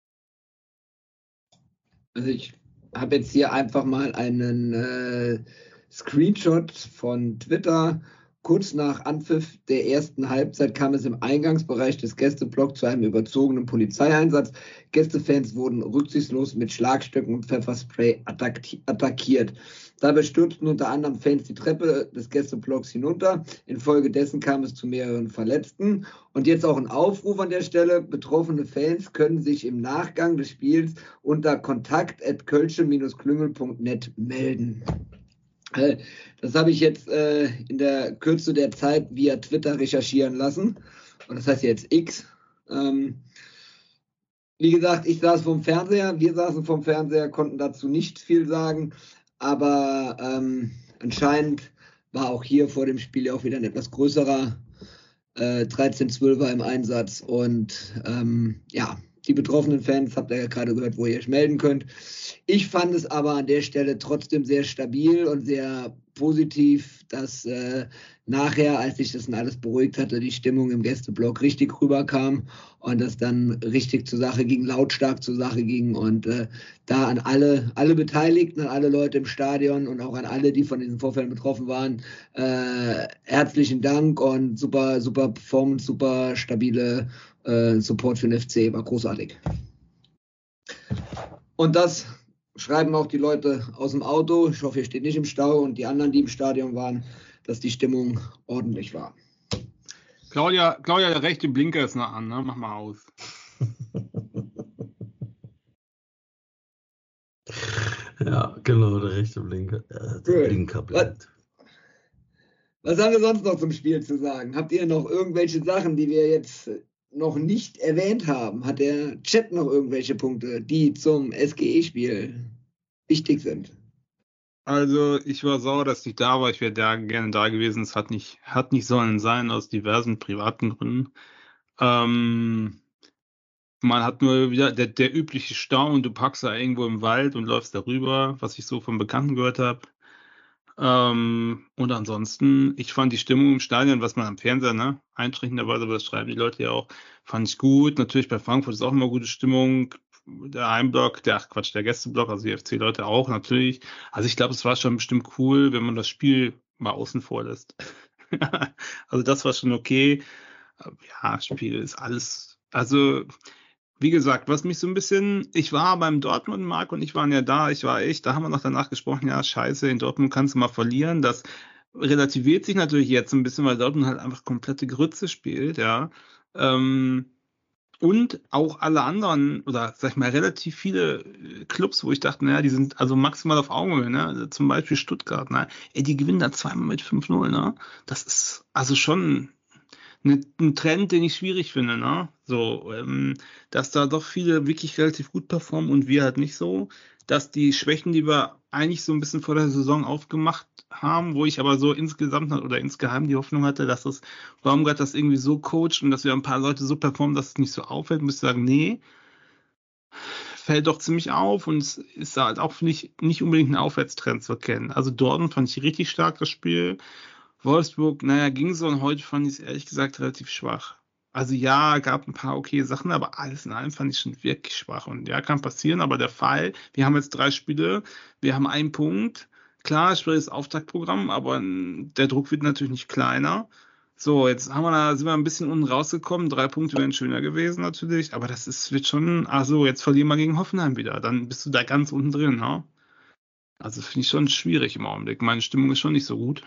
Also ich habe jetzt hier einfach mal einen Screenshot von Twitter. Kurz nach Anpfiff der ersten Halbzeit kam es im Eingangsbereich des Gästeblocks zu einem überzogenen Polizeieinsatz. Gästefans wurden rücksichtslos mit Schlagstöcken und Pfefferspray attackiert. Dabei stürzten unter anderem Fans die Treppe des Gästeblocks hinunter. Infolgedessen kam es zu mehreren Verletzten. Und jetzt auch ein Aufruf an der Stelle. Betroffene Fans können sich im Nachgang des Spiels unter kontakt@kölsche-klüngel.net melden. Das habe ich jetzt in der Kürze der Zeit via Twitter recherchieren lassen. Und das heißt jetzt X. Wie gesagt, ich saß vorm Fernseher, wir saßen vorm Fernseher, konnten dazu nicht viel sagen. Aber anscheinend war auch hier vor dem Spiel ja auch wieder ein etwas größerer 13-12er im Einsatz. Und ja, die betroffenen Fans habt ihr ja gerade gehört, wo ihr euch melden könnt. Ich fand es aber an der Stelle trotzdem sehr stabil und sehr positiv, dass nachher, als sich das dann alles beruhigt hatte, die Stimmung im Gästeblock richtig rüberkam und das dann richtig zur Sache ging, lautstark zur Sache ging. Und da an alle Beteiligten, an alle Leute im Stadion und auch an alle, die von diesen Vorfällen betroffen waren, herzlichen Dank und super Performance, super stabile Support für den FC, war großartig. Und das schreiben auch die Leute aus dem Auto. Ich hoffe, ihr steht nicht im Stau und die anderen, die im Stadion waren, dass die Stimmung ordentlich war. Claudia, der rechte Blinker ist noch an, ne? Mach mal aus. Ja, genau, der rechte Blinker. Der Blinker blinkt. Was haben wir sonst noch zum Spiel zu sagen? Habt ihr noch irgendwelche Sachen, die wir jetzt noch nicht erwähnt haben? Hat der Chat noch irgendwelche Punkte, die zum SGE-Spiel wichtig sind? Also ich war sauer, dass ich da war. Ich wäre gerne da gewesen. Es hat nicht sollen sein aus diversen privaten Gründen. Man hat nur wieder der übliche Stau und du packst da irgendwo im Wald und läufst darüber, was ich so von Bekannten gehört habe. Und ansonsten, ich fand die Stimmung im Stadion, was man am Fernseher, ne, einträchtigerweise, aber das schreiben die Leute ja auch, fand ich gut. Natürlich bei Frankfurt ist auch immer gute Stimmung. Der Heimblock, der Gästeblock, also die FC-Leute auch natürlich. Also ich glaube, es war schon bestimmt cool, wenn man das Spiel mal außen vor lässt. Also das war schon okay. Ja, Spiel ist alles, also wie gesagt, was mich so ein bisschen, ich war beim Dortmund, Marc und ich waren ja da, da haben wir noch danach gesprochen, ja scheiße, in Dortmund kannst du mal verlieren, das relativiert sich natürlich jetzt ein bisschen, weil Dortmund halt einfach komplette Grütze spielt, ja, und auch alle anderen, oder sag ich mal, relativ viele Clubs, wo ich dachte, naja, die sind also maximal auf Augenhöhe, ne, also zum Beispiel Stuttgart, ne, die gewinnen da zweimal mit 5-0, ne, das ist also schon ein Trend, den ich schwierig finde, ne? So, dass da doch viele wirklich relativ gut performen und wir halt nicht so, dass die Schwächen, die wir eigentlich so ein bisschen vor der Saison aufgemacht haben, wo ich aber so insgeheim die Hoffnung hatte, dass das Baumgart das irgendwie so coacht und dass wir ein paar Leute so performen, dass es nicht so auffällt, muss ich sagen, nee, fällt doch ziemlich auf und es ist halt auch, finde ich, nicht unbedingt ein Aufwärtstrend zu erkennen. Also Dortmund fand ich richtig stark, das Spiel. Wolfsburg, naja, ging so und heute fand ich es ehrlich gesagt relativ schwach. Also ja, gab ein paar okay Sachen, aber alles in allem fand ich schon wirklich schwach. Und ja, kann passieren, aber der Fall, wir haben jetzt 3 Spiele, wir haben 1 Punkt. Klar, schwieriges Auftaktprogramm, aber der Druck wird natürlich nicht kleiner. So, jetzt sind wir ein bisschen unten rausgekommen. 3 Punkte wären schöner gewesen natürlich, aber wird schon, jetzt verlieren wir gegen Hoffenheim wieder. Dann bist du da ganz unten drin, ne? Also finde ich schon schwierig im Augenblick. Meine Stimmung ist schon nicht so gut.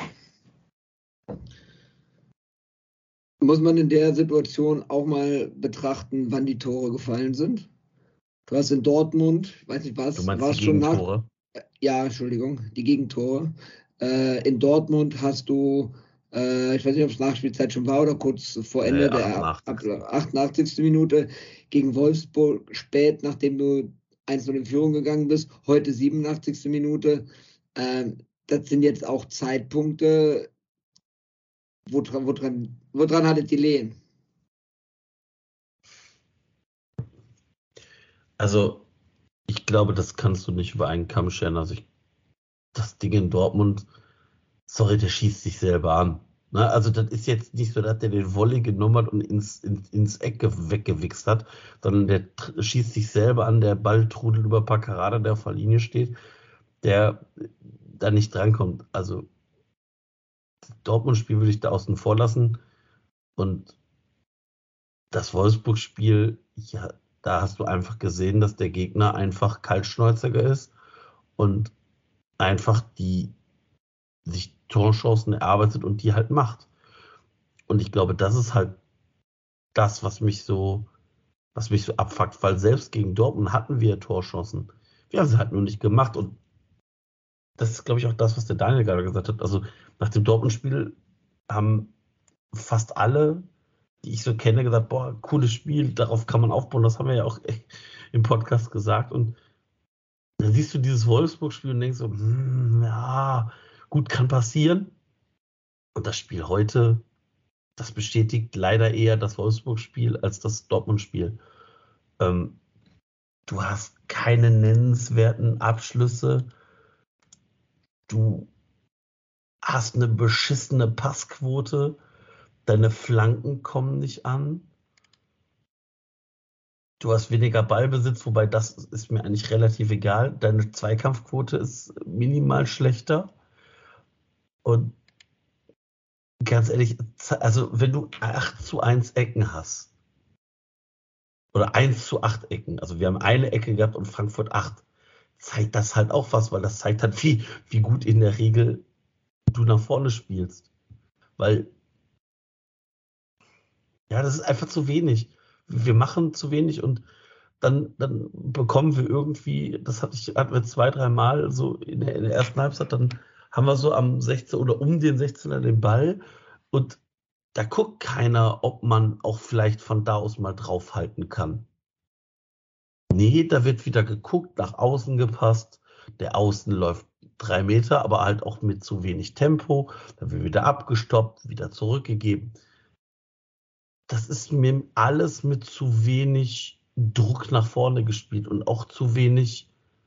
Muss man in der Situation auch mal betrachten, wann die Tore gefallen sind? Du hast in Dortmund, weiß nicht was, Du meinst war es die schon Gegentore? Ja, Entschuldigung, die Gegentore. In Dortmund hast du, ich weiß nicht, ob es Nachspielzeit schon war oder kurz vor Ende der 88. Minute gegen Wolfsburg spät, nachdem du 1-0 in Führung gegangen bist, heute 87. Minute. Das sind jetzt auch Zeitpunkte, woran hattet ihr lehen? Also, ich glaube, das kannst du nicht über einen Kamm scheren. Also, das Ding in Dortmund, sorry, der schießt sich selber an. Ne? Also, das ist jetzt nicht so, dass der den Volley genommen hat und ins Eck weggewichst hat, sondern der schießt sich selber an, der Ball trudelt über Paccarada, der auf der Linie steht, der da nicht drankommt. Also, das Dortmund-Spiel würde ich da außen vor lassen. Und das Wolfsburg-Spiel, ja, da hast du einfach gesehen, dass der Gegner einfach kaltschnäuziger ist und einfach sich Torchancen erarbeitet und die halt macht. Und ich glaube, das ist halt das, was mich so abfuckt, weil selbst gegen Dortmund hatten wir Torchancen. Wir haben sie halt nur nicht gemacht und das ist, glaube ich, auch das, was der Daniel gerade gesagt hat. Also nach dem Dortmund-Spiel haben fast alle, die ich so kenne, gesagt, boah, cooles Spiel, darauf kann man aufbauen. Das haben wir ja auch im Podcast gesagt. Und dann siehst du dieses Wolfsburg-Spiel und denkst so, ja, gut, kann passieren. Und das Spiel heute, das bestätigt leider eher das Wolfsburg-Spiel als das Dortmund-Spiel. Du hast keine nennenswerten Abschlüsse. Du hast eine beschissene Passquote. Deine Flanken kommen nicht an. Du hast weniger Ballbesitz, wobei das ist mir eigentlich relativ egal. Deine Zweikampfquote ist minimal schlechter. Und ganz ehrlich, also wenn du 8:1 Ecken hast, oder 1:8 Ecken, also wir haben eine Ecke gehabt und Frankfurt 8, zeigt das halt auch was, weil das zeigt halt, wie gut in der Regel du nach vorne spielst. Weil ja, das ist einfach zu wenig. Wir machen zu wenig und dann bekommen wir irgendwie, hatten wir 2-3 Mal so in der ersten Halbzeit, dann haben wir so am 16 oder um den 16er den Ball und da guckt keiner, ob man auch vielleicht von da aus mal draufhalten kann. Nee, da wird wieder geguckt, nach außen gepasst, der Außen läuft 3 Meter, aber halt auch mit zu wenig Tempo, dann wird wieder abgestoppt, wieder zurückgegeben. Das ist mir alles mit zu wenig Druck nach vorne gespielt und auch zu wenig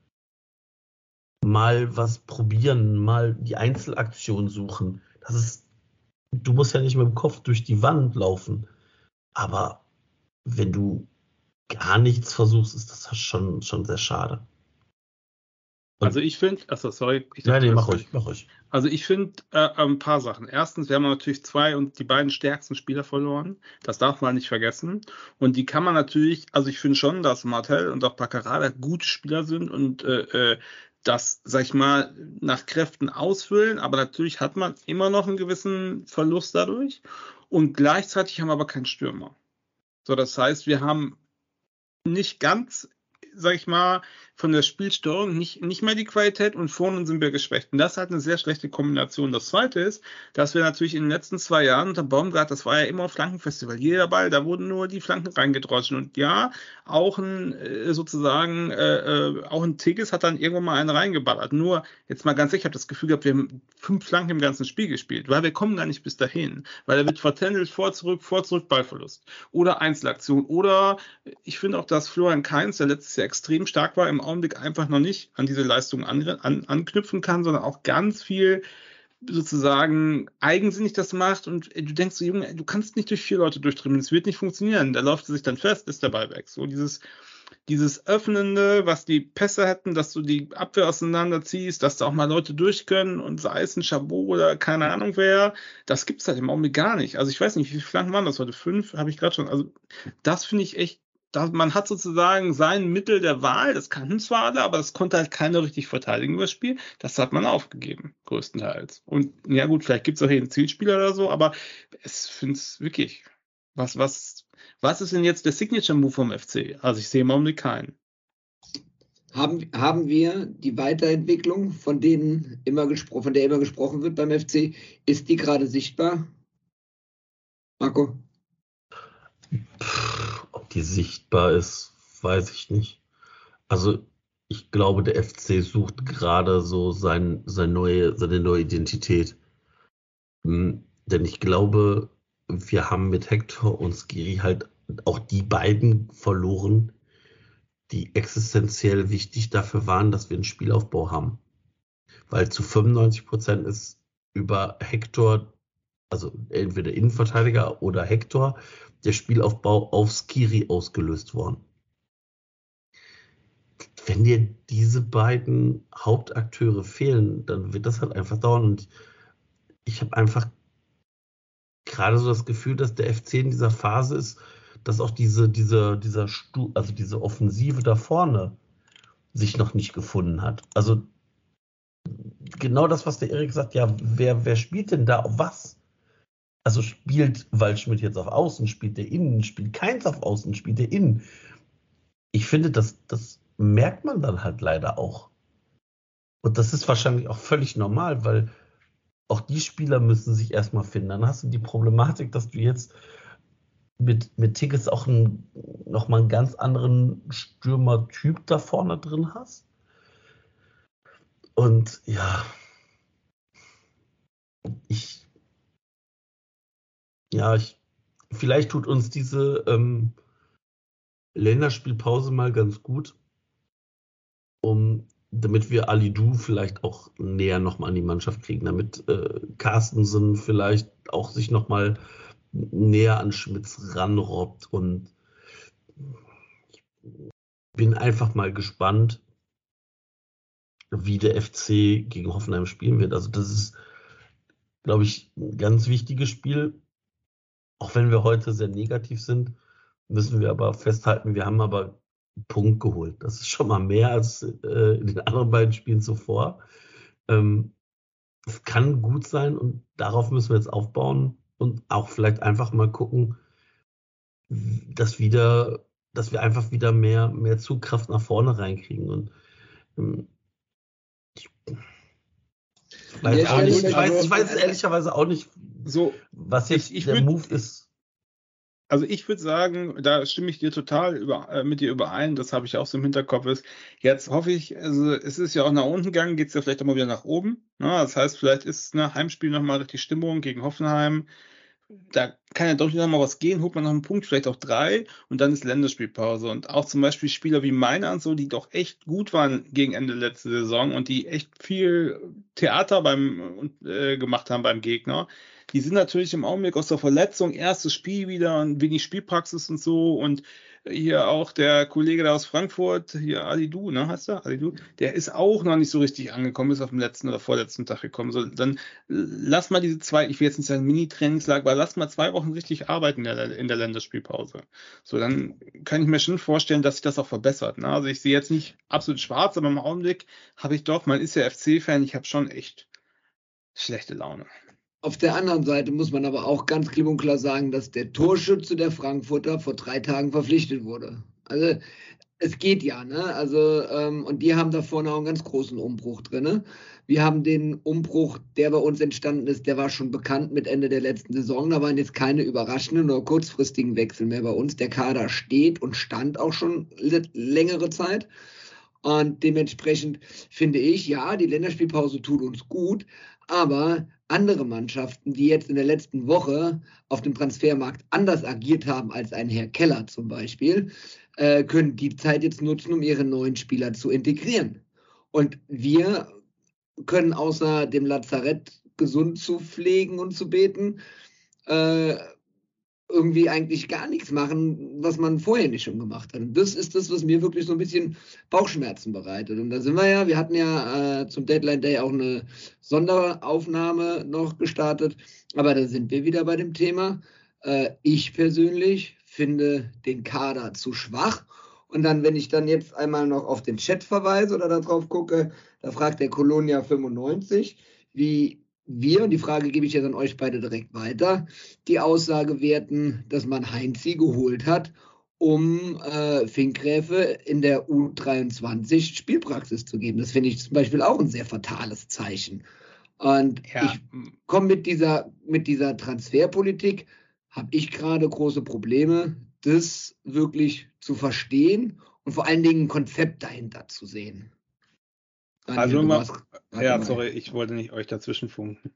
mal was probieren, mal die Einzelaktion suchen. Du musst ja nicht mit dem Kopf durch die Wand laufen, aber wenn du gar nichts versuchst, ist das schon sehr schade. Also ich finde, sorry. Mach ruhig. Also ich finde ein paar Sachen. Erstens, wir haben natürlich die beiden stärksten Spieler verloren. Das darf man nicht vergessen. Und die kann man natürlich, also ich finde schon, dass Martel und auch Paccarada gute Spieler sind und das, sag ich mal, nach Kräften ausfüllen. Aber natürlich hat man immer noch einen gewissen Verlust dadurch. Und gleichzeitig haben wir aber keinen Stürmer. So, das heißt, wir haben nicht ganz, sag ich mal, von der Spielsteuerung nicht mehr die Qualität und vorne sind wir geschwächt. Und das ist halt eine sehr schlechte Kombination. Das Zweite ist, dass wir natürlich in den letzten 2 Jahren unter Baumgart, das war ja immer ein Flankenfestival, jeder Ball, da wurden nur die Flanken reingedroschen. Und ja, auch ein Tigges hat dann irgendwann mal einen reingeballert. Nur, jetzt mal ganz sicher, ich habe das Gefühl gehabt, wir haben 5 Flanken im ganzen Spiel gespielt, weil wir kommen gar nicht bis dahin. Weil er wird vertändelt, vor, zurück, Ballverlust. Oder Einzelaktion. Oder ich finde auch, dass Florian Kainz, der letztes Jahr extrem stark war, im Augenblick einfach noch nicht an diese Leistung anknüpfen kann, sondern auch ganz viel sozusagen eigensinnig das macht und du denkst so, Junge, du kannst nicht durch 4 Leute durchdrehen, es wird nicht funktionieren, da läuft er sich dann fest, ist der Ball weg. So dieses, dieses Öffnende, was die Pässe hätten, dass du die Abwehr auseinanderziehst, dass da auch mal Leute durch können und sei es ein Chabot oder keine Ahnung wer, das gibt's halt im Augenblick gar nicht. Also ich weiß nicht, wie viele Flanken waren das heute? 5, habe ich gerade schon. Also das finde ich echt, man hat sozusagen sein Mittel der Wahl, das kannten zwar alle, aber das konnte halt keiner richtig verteidigen über das Spiel. Das hat man aufgegeben, größtenteils. Und ja gut, vielleicht gibt's auch hier einen Zielspieler oder so, aber es finde es wirklich, was ist denn jetzt der Signature-Move vom FC? Also ich sehe im Augenblick keinen. Haben wir die Weiterentwicklung, von der immer gesprochen wird beim FC, ist die gerade sichtbar? Marco? Ob die sichtbar ist, weiß ich nicht. Also ich glaube, der FC sucht gerade so seine neue Identität. Denn ich glaube, wir haben mit Hector und Skiri halt auch die beiden verloren, die existenziell wichtig dafür waren, dass wir einen Spielaufbau haben. Weil zu 95% ist über Hector, also entweder Innenverteidiger oder Hector, der Spielaufbau auf Skiri ausgelöst worden. Wenn dir diese beiden Hauptakteure fehlen, dann wird das halt einfach dauern. Und ich habe einfach gerade so das Gefühl, dass der FC in dieser Phase ist, dass auch diese Offensive da vorne sich noch nicht gefunden hat. Also genau das, was der Erik sagt, ja, wer spielt denn da auf was? Also spielt Waldschmidt jetzt auf Außen, spielt der Innen, spielt keins auf Außen, spielt der Innen. Ich finde, das merkt man dann halt leider auch. Und das ist wahrscheinlich auch völlig normal, weil auch die Spieler müssen sich erstmal finden. Dann hast du die Problematik, dass du jetzt mit Tigges auch nochmal einen ganz anderen Stürmertyp da vorne drin hast. Und ja, vielleicht tut uns diese Länderspielpause mal ganz gut, damit wir Alidou vielleicht auch näher nochmal an die Mannschaft kriegen, damit Carstensen vielleicht auch sich nochmal näher an Schmitz ranrobbt. Und ich bin einfach mal gespannt, wie der FC gegen Hoffenheim spielen wird. Also das ist, glaube ich, ein ganz wichtiges Spiel. Auch wenn wir heute sehr negativ sind, müssen wir aber festhalten, wir haben aber einen Punkt geholt. Das ist schon mal mehr als in den anderen beiden Spielen zuvor. Es kann gut sein und darauf müssen wir jetzt aufbauen und auch vielleicht einfach mal gucken, dass wir einfach wieder mehr Zugkraft nach vorne reinkriegen. Und ich weiß ehrlicherweise auch nicht, so, was jetzt der Move ist. Also ich würde sagen, da stimme ich dir total mit dir überein, das habe ich auch so im Hinterkopf. Jetzt hoffe ich, also es ist ja auch nach unten gegangen, geht es ja vielleicht auch mal wieder nach oben. Ne? Das heißt, vielleicht ist nach Heimspiel nochmal richtig Stimmung gegen Hoffenheim. Da kann ja doch noch mal was gehen, holt man noch einen Punkt, vielleicht auch 3 und dann ist Länderspielpause. Und auch zum Beispiel Spieler wie Meiner und so, die doch echt gut waren gegen Ende letzte Saison und die echt viel Theater gemacht haben beim Gegner. Die sind natürlich im Augenblick aus der Verletzung, erstes Spiel wieder und wenig Spielpraxis und so. Und hier auch der Kollege da aus Frankfurt, hier Alidou, ne, heißt er? Alidou, der ist auch noch nicht so richtig angekommen, ist auf dem letzten oder vorletzten Tag gekommen. So, dann lass mal diese 2, ich will jetzt nicht sagen Mini-Trainingslager, aber lass mal 2 Wochen richtig arbeiten in der Länderspielpause. So, dann kann ich mir schon vorstellen, dass sich das auch verbessert. Ne? Also ich sehe jetzt nicht absolut schwarz, aber im Augenblick habe ich doch, man ist ja FC-Fan, ich habe schon echt schlechte Laune. Auf der anderen Seite muss man aber auch ganz klipp und klar sagen, dass der Torschütze der Frankfurter vor 3 Tagen verpflichtet wurde. Also es geht ja, ne? Also und die haben da vorne auch einen ganz großen Umbruch drin. Wir haben den Umbruch, der bei uns entstanden ist, der war schon bekannt mit Ende der letzten Saison. Da waren jetzt keine überraschenden oder kurzfristigen Wechsel mehr bei uns. Der Kader steht und stand auch schon längere Zeit. Und dementsprechend finde ich, ja, die Länderspielpause tut uns gut, aber andere Mannschaften, die jetzt in der letzten Woche auf dem Transfermarkt anders agiert haben als ein Herr Keller zum Beispiel, können die Zeit jetzt nutzen, um ihre neuen Spieler zu integrieren. Und wir können außer dem Lazarett gesund zu pflegen und zu beten, irgendwie eigentlich gar nichts machen, was man vorher nicht schon gemacht hat. Und das ist das, was mir wirklich so ein bisschen Bauchschmerzen bereitet. Und da sind wir hatten ja zum Deadline Day auch eine Sonderaufnahme noch gestartet, aber da sind wir wieder bei dem Thema. Ich persönlich finde den Kader zu schwach. Und dann, wenn ich dann jetzt einmal noch auf den Chat verweise oder darauf gucke, da fragt der Colonia 95, wie wir, und die Frage gebe ich jetzt an euch beide direkt weiter, die Aussage werten, dass man Heinzi geholt hat, um Finkgräfe in der U23 Spielpraxis zu geben. Das finde ich zum Beispiel auch ein sehr fatales Zeichen. Und ich komme mit dieser Transferpolitik, habe ich gerade große Probleme, das wirklich zu verstehen und vor allen Dingen ein Konzept dahinter zu sehen. Daniel, sorry, ich wollte nicht euch dazwischen funken.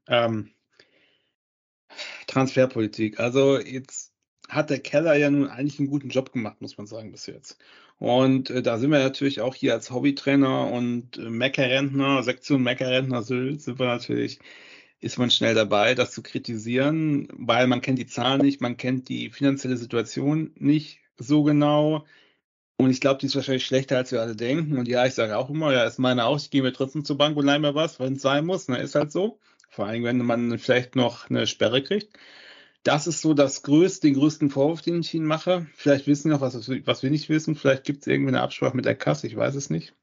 Transferpolitik. Also jetzt hat der Keller ja nun eigentlich einen guten Job gemacht, muss man sagen, bis jetzt. Und da sind wir natürlich auch hier als Hobbytrainer und Meckerrentner, Sektion Meckerrentner Sylt, ist man schnell dabei, das zu kritisieren, weil man kennt die Zahlen nicht, man kennt die finanzielle Situation nicht so genau. Und ich glaube, die ist wahrscheinlich schlechter, als wir alle denken. Und ja, ich sage auch immer, ja, ist meine auch, ich gehe mir trotzdem zur Bank und leih mir was, wenn es sein muss. Ne, ist halt so. Vor allem, wenn man vielleicht noch eine Sperre kriegt. Das ist so den größten Vorwurf, den ich Ihnen mache. Vielleicht wissen Sie noch was wir nicht wissen. Vielleicht gibt es irgendwie eine Absprache mit der Kasse, ich weiß es nicht.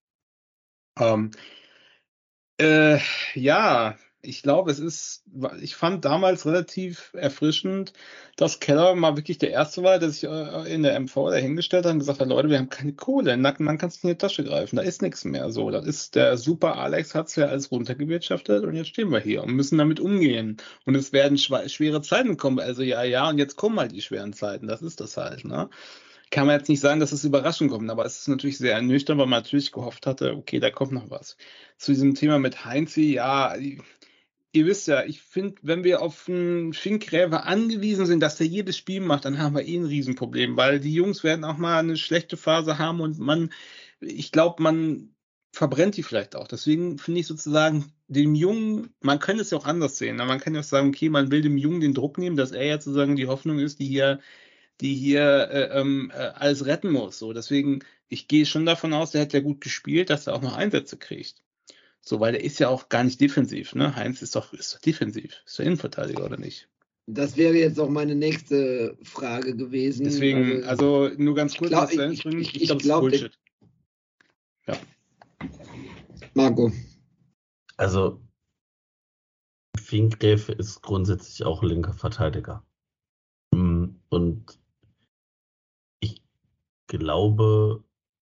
Ja, ich glaube, ich fand damals relativ erfrischend, dass Keller mal wirklich der Erste war, der sich in der MV dahingestellt hat und gesagt hat, Leute, wir haben keine Kohle, man kann es in die Tasche greifen, da ist nichts mehr so. Das ist der Super Alex, hat es ja alles runtergewirtschaftet und jetzt stehen wir hier und müssen damit umgehen. Und es werden schwere Zeiten kommen, also ja, und jetzt kommen halt die schweren Zeiten, das ist das halt, ne? Kann man jetzt nicht sagen, dass es überraschend kommt, aber es ist natürlich sehr ernüchternd, weil man natürlich gehofft hatte, okay, da kommt noch was. Zu diesem Thema mit Heinzi, ja, ihr wisst ja, ich finde, wenn wir auf einen Finkgräfe angewiesen sind, dass der jedes Spiel macht, dann haben wir ein Riesenproblem, weil die Jungs werden auch mal eine schlechte Phase haben und ich glaube, man verbrennt die vielleicht auch. Deswegen finde ich sozusagen dem Jungen, man könnte es ja auch anders sehen. Man kann ja auch sagen, okay, man will dem Jungen den Druck nehmen, dass er ja sozusagen die Hoffnung ist, die hier alles retten muss. So, deswegen, ich gehe schon davon aus, der hat ja gut gespielt, dass er auch noch Einsätze kriegt. So, weil der ist ja auch gar nicht defensiv, ne? Heinz ist doch defensiv. Ist der Innenverteidiger oder nicht? Das wäre jetzt auch meine nächste Frage gewesen. Deswegen, also nur ganz kurz, ich glaube, das ist Bullshit. Ja. Marco. Also, Finkgräfe ist grundsätzlich auch linker Verteidiger. Und ich glaube,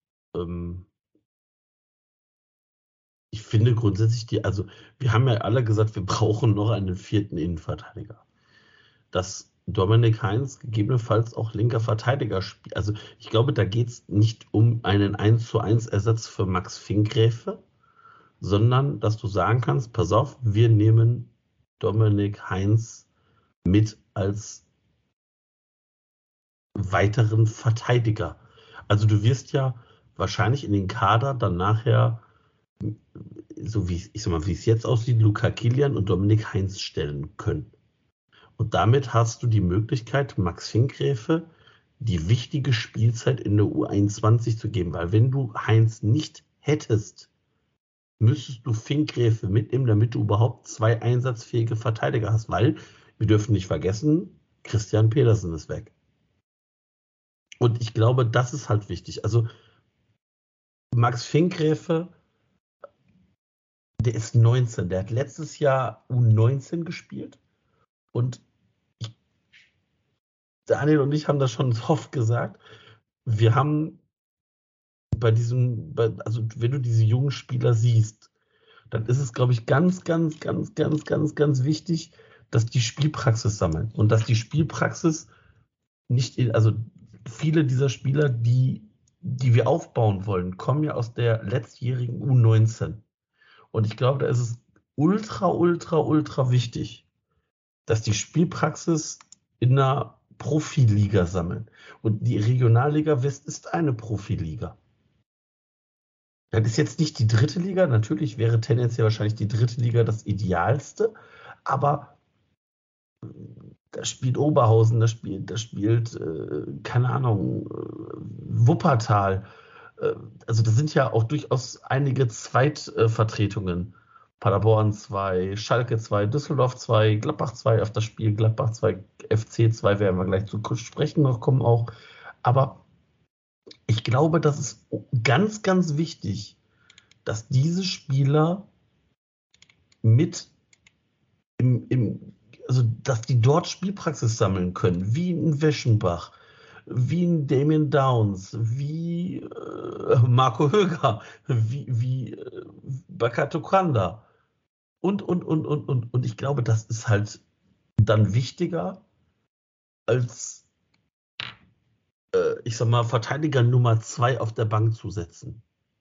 ich finde grundsätzlich wir haben ja alle gesagt, wir brauchen noch einen vierten Innenverteidiger. Dass Dominik Heinz gegebenenfalls auch linker Verteidiger spielt. Also ich glaube, da geht es nicht um einen 1:1 Ersatz für Max Finkgräfe, sondern dass du sagen kannst, pass auf, wir nehmen Dominik Heinz mit als weiteren Verteidiger. Also du wirst ja wahrscheinlich in den Kader dann nachher, so wie es jetzt aussieht, Luca Kilian und Dominik Heinz stellen können. Und damit hast du die Möglichkeit, Max Finkgräfe die wichtige Spielzeit in der U21 zu geben. Weil wenn du Heinz nicht hättest, müsstest du Finkgräfe mitnehmen, damit du überhaupt 2 einsatzfähige Verteidiger hast. Weil, wir dürfen nicht vergessen, Christian Pedersen ist weg. Und ich glaube, das ist halt wichtig. Also Max Finkgräfe, der ist 19. Der hat letztes Jahr U19 gespielt. Und Daniel und ich haben das schon oft gesagt. Wir haben wenn du diese jungen Spieler siehst, dann ist es, glaube ich, ganz, ganz, ganz, ganz, ganz, ganz wichtig, dass die Spielpraxis sammeln. Und dass die Spielpraxis viele dieser Spieler, die wir aufbauen wollen, kommen ja aus der letztjährigen U19. Und ich glaube, da ist es ultra, ultra, ultra wichtig, dass die Spielpraxis in einer Profiliga sammeln. Und die Regionalliga West ist eine Profiliga. Das ist jetzt nicht die dritte Liga. Natürlich wäre tendenziell wahrscheinlich die dritte Liga das Idealste. Aber Da spielt Oberhausen, da spielt keine Ahnung, Wuppertal. Also das sind ja auch durchaus einige Zweitvertretungen. Paderborn 2, Schalke 2, Düsseldorf 2, Gladbach 2 auf das Spiel, Gladbach 2, FC 2 werden wir gleich zu sprechen noch kommen auch. Aber ich glaube, das ist ganz, ganz wichtig, dass diese Spieler mit also dass die dort Spielpraxis sammeln können, wie ein Weschenbach, wie ein Damien Downs, wie Marco Höger, wie Bakato Kanda und. Und ich glaube, das ist halt dann wichtiger als, ich sag mal, Verteidiger Nummer 2 auf der Bank zu setzen.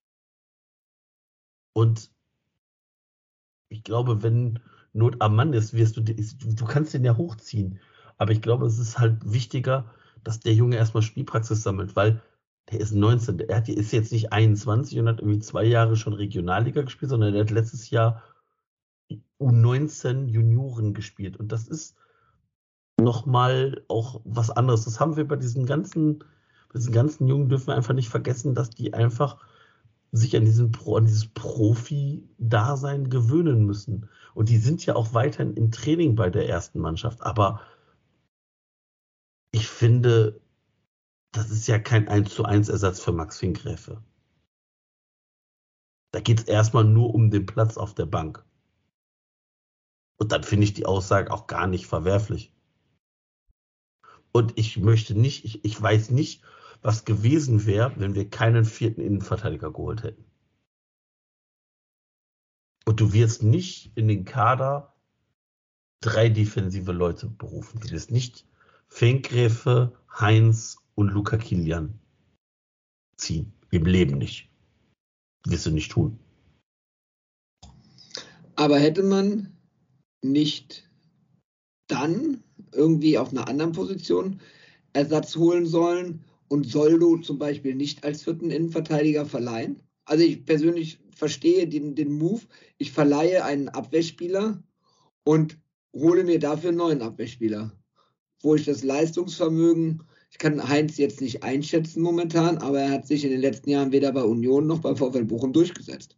Und ich glaube, wenn Not am Mann ist, du kannst den ja hochziehen. Aber ich glaube, es ist halt wichtiger, dass der Junge erstmal Spielpraxis sammelt, weil der ist 19, ist jetzt nicht 21 und hat irgendwie 2 Jahre schon Regionalliga gespielt, sondern der hat letztes Jahr U19 Junioren gespielt. Und das ist nochmal auch was anderes. Das haben wir bei diesen ganzen Jungen, dürfen wir einfach nicht vergessen, dass die einfach sich an dieses Profi-Dasein gewöhnen müssen. Und die sind ja auch weiterhin im Training bei der ersten Mannschaft. Aber ich finde, das ist ja kein 1:1 Ersatz für Max Finkgräfe. Da geht es erstmal nur um den Platz auf der Bank. Und dann finde ich die Aussage auch gar nicht verwerflich. Und ich weiß nicht, was gewesen wäre, wenn wir keinen 4. Innenverteidiger geholt hätten. Und du wirst nicht in den Kader 3 defensive Leute berufen. Du wirst nicht Finkgräfe, Heinz und Luca Kilian ziehen. Im Leben nicht. Wirst du nicht tun. Aber hätte man nicht dann irgendwie auf einer anderen Position Ersatz holen sollen und Soldo zum Beispiel nicht als 4. Innenverteidiger verleihen? Also ich persönlich verstehe den Move. Ich verleihe einen Abwehrspieler und hole mir dafür einen neuen Abwehrspieler. Wo ich das Leistungsvermögen, ich kann Heinz jetzt nicht einschätzen momentan, aber er hat sich in den letzten Jahren weder bei Union noch beim VfL Bochum durchgesetzt.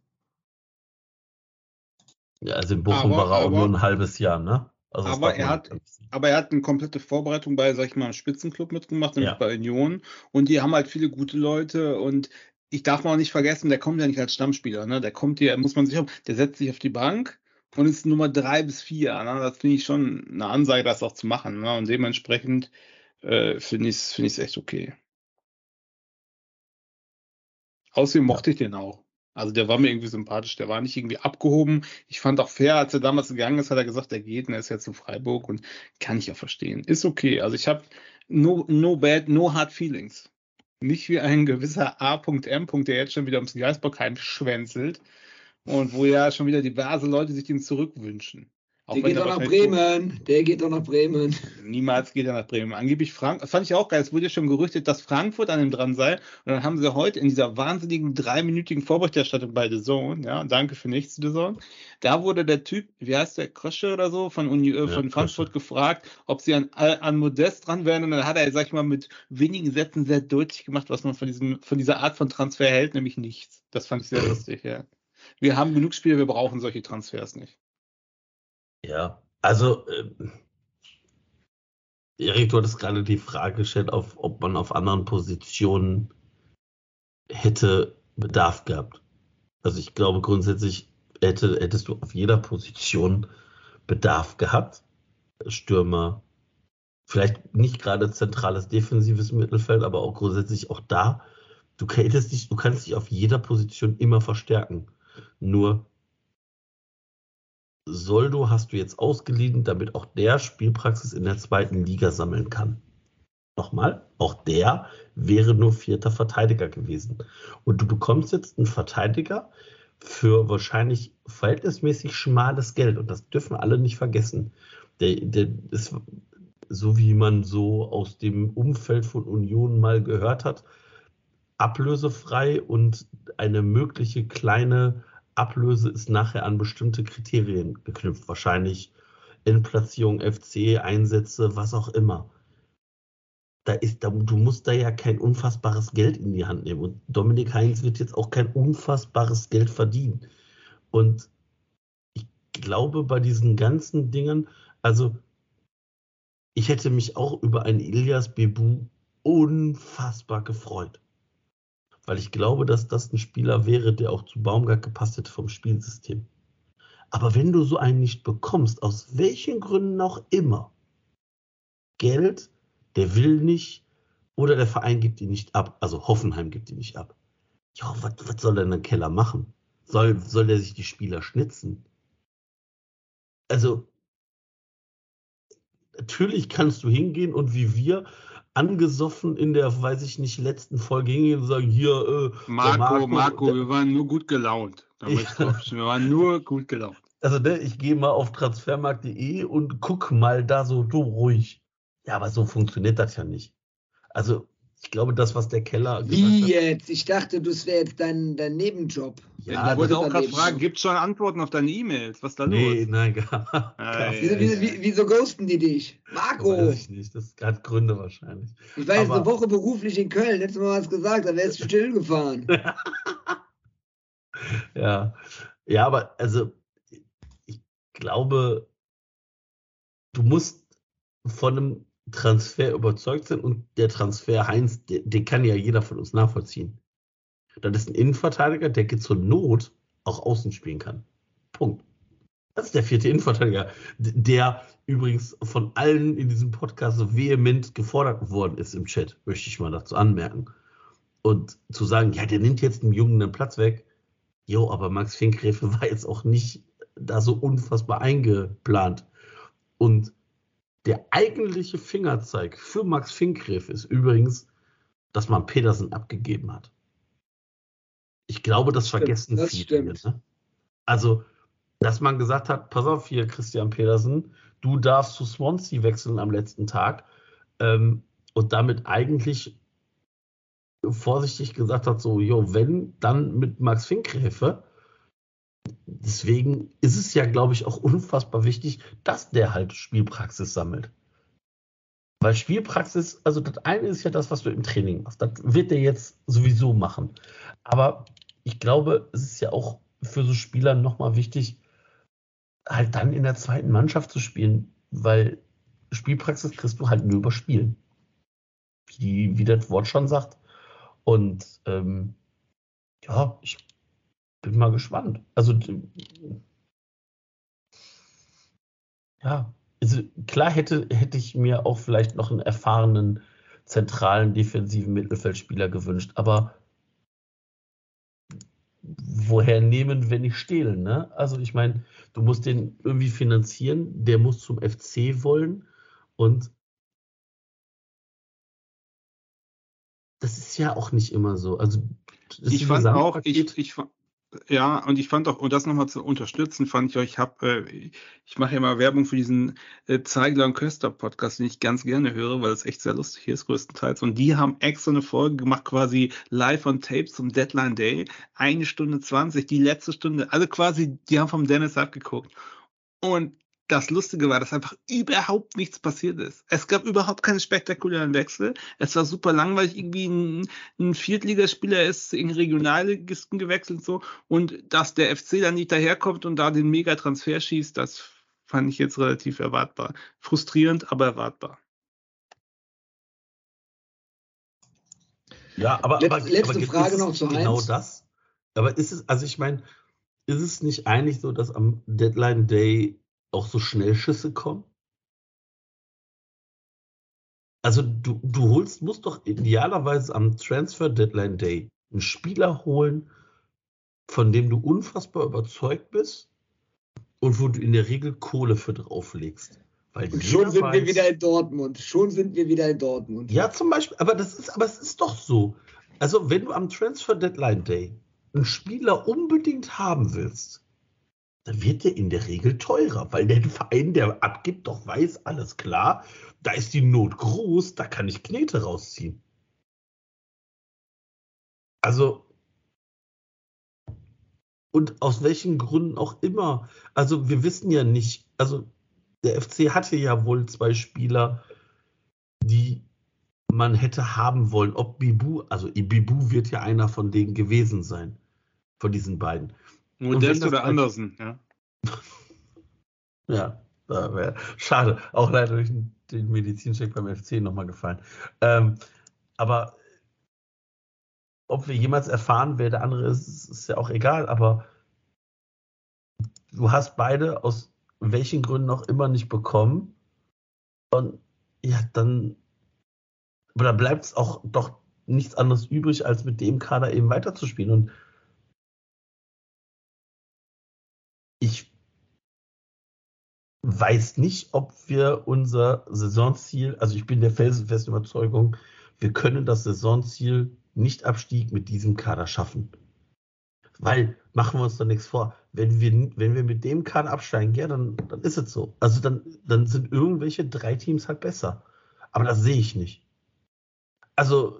Ja, also in Bochum war er auch nur ein halbes Jahr, ne? Also aber er hat eine komplette Vorbereitung bei, sag ich mal, einem Spitzenclub mitgemacht, nämlich bei Union. Und die haben halt viele gute Leute. Und ich darf mal auch nicht vergessen, der kommt ja nicht als Stammspieler. Ne? Der kommt hier, der setzt sich auf die Bank und ist Nummer 3 bis 4. Ne? Das finde ich schon eine Ansage, das auch zu machen. Ne? Und dementsprechend finde ich es echt okay. Außerdem mochte ich den auch. Also der war mir irgendwie sympathisch, der war nicht irgendwie abgehoben. Ich fand auch fair, als er damals gegangen ist, hat er gesagt, er geht und er ist jetzt zu Freiburg und kann ich auch verstehen. Ist okay. Also ich habe no hard feelings. Nicht wie ein gewisser A.M., der jetzt schon wieder ums Geisbockheim schwänzelt und wo ja schon wieder diverse Leute sich den zurückwünschen. Der geht doch nach Bremen. Niemals geht er nach Bremen. Angeblich das fand ich auch geil. Es wurde ja schon gerüchtet, dass Frankfurt an ihm dran sei. Und dann haben sie heute in dieser wahnsinnigen 3-minütigen Vorberichterstattung bei The Zone, ja, danke für nichts, The Zone, da wurde der Typ, wie heißt der, Krösche oder so, von Frankfurt gefragt, ob sie an Modest dran wären. Und dann hat er, sag ich mal, mit wenigen Sätzen sehr deutlich gemacht, was man von dieser Art von Transfer hält, nämlich nichts. Das fand ich sehr lustig, ja. Wir haben genug Spieler, wir brauchen solche Transfers nicht. Ja, also Erik, du hattest gerade die Frage gestellt, ob man auf anderen Positionen hätte Bedarf gehabt. Also ich glaube grundsätzlich hättest du auf jeder Position Bedarf gehabt. Stürmer, vielleicht nicht gerade zentrales defensives Mittelfeld, aber auch grundsätzlich auch da. Du kannst dich auf jeder Position immer verstärken. Nur Soldo hast du jetzt ausgeliehen, damit auch der Spielpraxis in der 2. Liga sammeln kann. Nochmal, auch der wäre nur 4. Verteidiger gewesen. Und du bekommst jetzt einen Verteidiger für wahrscheinlich verhältnismäßig schmales Geld. Und das dürfen alle nicht vergessen. Der ist, so wie man so aus dem Umfeld von Union mal gehört hat, ablösefrei und eine mögliche kleine Ablöse ist nachher an bestimmte Kriterien geknüpft. Wahrscheinlich Endplatzierung, FC, Einsätze, was auch immer. Du musst da ja kein unfassbares Geld in die Hand nehmen. Und Dominik Heinz wird jetzt auch kein unfassbares Geld verdienen. Und ich glaube, bei diesen ganzen Dingen, also ich hätte mich auch über einen Ilias Bebu unfassbar gefreut. Weil ich glaube, dass das ein Spieler wäre, der auch zu Baumgart gepasst hätte vom Spielsystem. Aber wenn du so einen nicht bekommst, aus welchen Gründen auch immer, Geld, der will nicht, oder der Verein gibt ihn nicht ab, also Hoffenheim gibt ihn nicht ab. Ja, was soll denn ein Keller machen? Soll der sich die Spieler schnitzen? Also, natürlich kannst du hingehen und wie wir angesoffen in der, weiß ich nicht, letzten Folge hingehen und sagen, hier, Marco, wir waren nur gut gelaunt. Wir waren nur gut gelaunt. Also, ich gehe mal auf transfermarkt.de und guck mal da so, du ruhig. Ja, aber so funktioniert das ja nicht. Also, ich glaube, das, was der Keller Wie jetzt? Ich dachte, das wäre jetzt dein Nebenjob. Ja, ich wollte auch gerade fragen, gibt es schon Antworten auf deine E-Mails? Was ist da los? Nee, nein, gar nicht. Wieso ghosten die dich? Marco! Weiß ich nicht, das hat Gründe wahrscheinlich. Ich war jetzt eine Woche beruflich in Köln, hättest du mal was gesagt, da wärst du still gefahren. Ja, aber also, ich glaube, du musst von einem Transfer überzeugt sein und der Transfer Heinz, den kann ja jeder von uns nachvollziehen. Das ist ein Innenverteidiger, der zur Not auch außen spielen kann. Punkt. Das ist der 4. Innenverteidiger, der übrigens von allen in diesem Podcast so vehement gefordert worden ist im Chat, möchte ich mal dazu anmerken. Und zu sagen, ja, der nimmt jetzt dem Jungen den Platz weg. Jo, aber Max Finkgräfe war jetzt auch nicht da so unfassbar eingeplant. Und der eigentliche Fingerzeig für Max Finkgräfe ist übrigens, dass man Pedersen abgegeben hat. Ich glaube, das vergessen viele. Ne? Also, dass man gesagt hat, pass auf hier, Christian Pedersen, du darfst zu Swansea wechseln am letzten Tag und damit eigentlich vorsichtig gesagt hat, so, jo, wenn, dann mit Max Finkgräfe. Deswegen ist es ja, glaube ich, auch unfassbar wichtig, dass der halt Spielpraxis sammelt. Weil Spielpraxis, also das eine ist ja das, was du im Training machst. Das wird der jetzt sowieso machen. Aber ich glaube, es ist ja auch für so Spieler nochmal wichtig, halt dann in der zweiten Mannschaft zu spielen, weil Spielpraxis kriegst du halt nur über Spielen. Wie das Wort schon sagt. Und ja, ich bin mal gespannt. Also ja, also klar hätte ich mir auch vielleicht noch einen erfahrenen zentralen defensiven Mittelfeldspieler gewünscht, aber woher nehmen, wenn nicht stehlen, ne? Also ich meine, du musst den irgendwie finanzieren, der muss zum FC wollen und das ist ja auch nicht immer so. Also ich fand auch, ja, und ich fand auch, um das nochmal zu unterstützen, fand ich euch, ich mache ja mal Werbung für diesen Zeigler und Köster Podcast, den ich ganz gerne höre, weil es echt sehr lustig ist, größtenteils. Und die haben extra eine Folge gemacht, quasi live on tape zum Deadline Day, 1 Stunde 20, die letzte Stunde, also quasi, die haben vom Dennis abgeguckt. Und das Lustige war, dass einfach überhaupt nichts passiert ist. Es gab überhaupt keine spektakulären Wechsel. Es war super langweilig. Irgendwie ein Viertligaspieler ist in Regionalligisten gewechselt so. Und dass der FC dann nicht daherkommt und da den Mega-Transfer schießt, das fand ich jetzt relativ erwartbar. Frustrierend, aber erwartbar. Ja, aber letzte Frage noch zu Heinz. Genau das. Aber ist es, also ich meine, ist es nicht eigentlich so, dass am Deadline Day auch so Schnellschüsse kommen? Also du musst doch idealerweise am Transfer Deadline Day einen Spieler holen, von dem du unfassbar überzeugt bist und wo du in der Regel Kohle für drauflegst. Weil und schon sind wir wieder in Dortmund. Ja, zum Beispiel, aber es ist doch so. Also wenn du am Transfer Deadline Day einen Spieler unbedingt haben willst, dann wird der in der Regel teurer, weil der Verein, der abgibt, doch weiß, alles klar, da ist die Not groß, da kann ich Knete rausziehen. Also, und aus welchen Gründen auch immer, also wir wissen ja nicht, also der FC hatte ja wohl 2 Spieler, die man hätte haben wollen. Ob Bibu, also Bibu wird ja einer von denen gewesen sein, von diesen beiden. Modest oder Andersen, ja. Ja, schade. Auch leider durch den Medizincheck beim FC nochmal gefallen. Aber ob wir jemals erfahren, wer der andere ist ja auch egal. Aber du hast beide aus welchen Gründen auch immer nicht bekommen. Und ja, dann da bleibt es auch doch nichts anderes übrig, als mit dem Kader eben weiterzuspielen. Und ich weiß nicht, ob wir unser Saisonziel, also ich bin der felsenfesten Überzeugung, wir können das Saisonziel Nicht-Abstieg mit diesem Kader schaffen. Weil, machen wir uns doch nichts vor, wenn wir mit dem Kader absteigen, ja, dann ist es so. Also dann sind irgendwelche 3 Teams halt besser. Aber das sehe ich nicht. Also.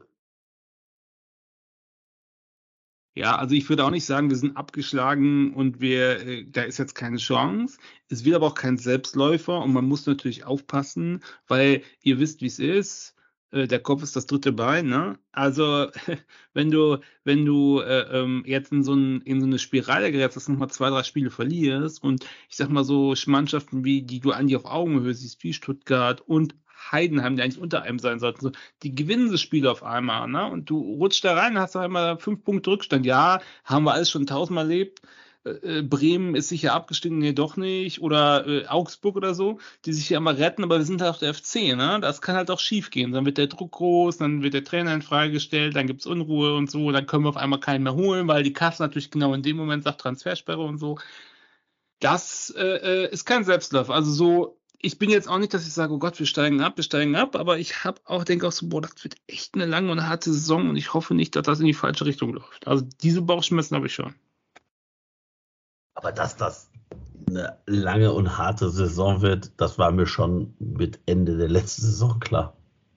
Ja, also ich würde auch nicht sagen, wir sind abgeschlagen und da ist jetzt keine Chance. Es wird aber auch kein Selbstläufer und man muss natürlich aufpassen, weil ihr wisst, wie es ist. Der Kopf ist das 3. Bein, ne? Also wenn du jetzt in so eine Spirale gerätst, dass du nochmal 2, 3 Spiele verlierst und ich sag mal so Mannschaften wie die du eigentlich auf Augenhöhe siehst, wie Stuttgart und Heidenheim, die eigentlich unter einem sein sollten, so, die gewinnen das Spiel auf einmal, ne? Und du rutschst da rein, hast auf einmal 5 Punkte Rückstand. Ja, haben wir alles schon 1000-mal erlebt. Bremen ist sicher abgestiegen, nee, doch nicht. Oder Augsburg oder so, die sich hier immer retten, aber wir sind halt auch der FC, ne? Das kann halt auch schief gehen. Dann wird der Druck groß, dann wird der Trainer in Frage gestellt, dann gibt's Unruhe und so, dann können wir auf einmal keinen mehr holen, weil die Kasse natürlich genau in dem Moment sagt Transfersperre und so. Das ist kein Selbstläufer. Also so, ich bin jetzt auch nicht, dass ich sage, oh Gott, wir steigen ab, aber ich denke auch so, boah, das wird echt eine lange und harte Saison und ich hoffe nicht, dass das in die falsche Richtung läuft. Also diese Bauchschmerzen habe ich schon. Aber dass das eine lange und harte Saison wird, das war mir schon mit Ende der letzten Saison klar.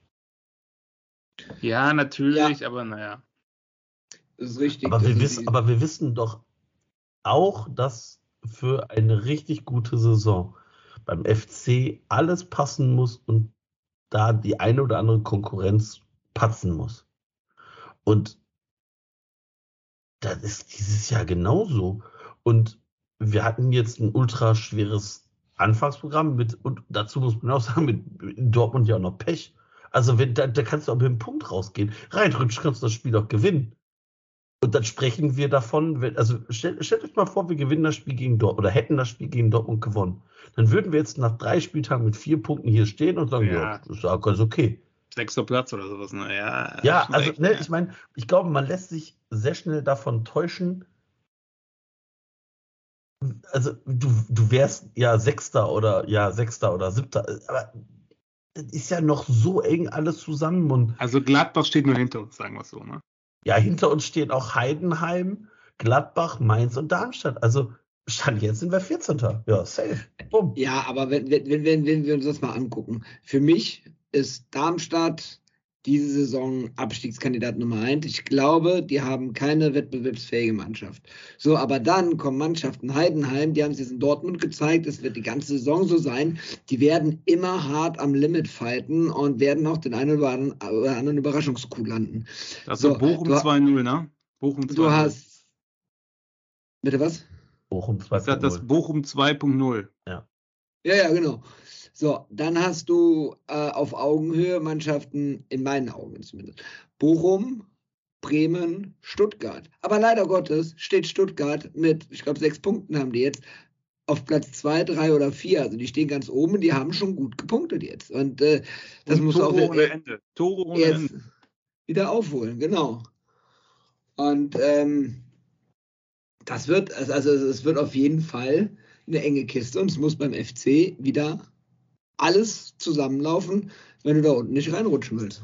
Ja, natürlich, ja. Aber naja. Das ist richtig. Aber wir wissen doch auch, dass für eine richtig gute Saison beim FC alles passen muss und da die eine oder andere Konkurrenz patzen muss. Und das ist dieses Jahr genauso. Und wir hatten jetzt ein ultra schweres Anfangsprogramm und dazu muss man auch sagen, mit Dortmund ja auch noch Pech. Also da kannst du auch mit einem Punkt rausgehen. Reinrutsch kannst du das Spiel doch gewinnen. Und dann sprechen wir davon, also stellt euch mal vor, wir gewinnen das Spiel gegen Dortmund oder hätten das Spiel gegen Dortmund gewonnen. Dann würden wir jetzt nach 3 Spieltagen mit 4 Punkten hier stehen und sagen, ja das ist ja ganz okay. 6. Platz oder sowas, ne? Ja, also echt, ich meine, ich glaube, man lässt sich sehr schnell davon täuschen. Also du wärst ja 6. oder 7. Aber das ist ja noch so eng alles zusammen. Und also Gladbach steht nur hinter uns, sagen wir es so, ne? Ja, hinter uns stehen auch Heidenheim, Gladbach, Mainz und Darmstadt. Also Stand jetzt sind wir 14. Ja, safe. Bumm. Ja, aber wenn wir uns das mal angucken, für mich ist Darmstadt diese Saison Abstiegskandidat Nummer 1. Ich glaube, die haben keine wettbewerbsfähige Mannschaft. So, aber dann kommen Mannschaften, Heidenheim, die haben es jetzt in Dortmund gezeigt, es wird die ganze Saison so sein, die werden immer hart am Limit fighten und werden auch den einen oder anderen Überraschungskuh landen. Also so, Bochum 2-0, ne? Bochum 2-0. Du hast... Bitte was? Bochum 2.0. Das Bochum 2.0. Ja. Ja, genau. So, dann hast du auf Augenhöhe Mannschaften, in meinen Augen zumindest, Bochum, Bremen, Stuttgart. Aber leider Gottes steht Stuttgart mit, ich glaube, 6 Punkten haben die jetzt, auf Platz 2, 3 oder 4. Also die stehen ganz oben und die haben schon gut gepunktet jetzt. Und das muss auch Tore ohne Ende. Wieder aufholen, genau. Und es wird auf jeden Fall eine enge Kiste und es muss beim FC wieder alles zusammenlaufen, wenn du da unten nicht reinrutschen willst.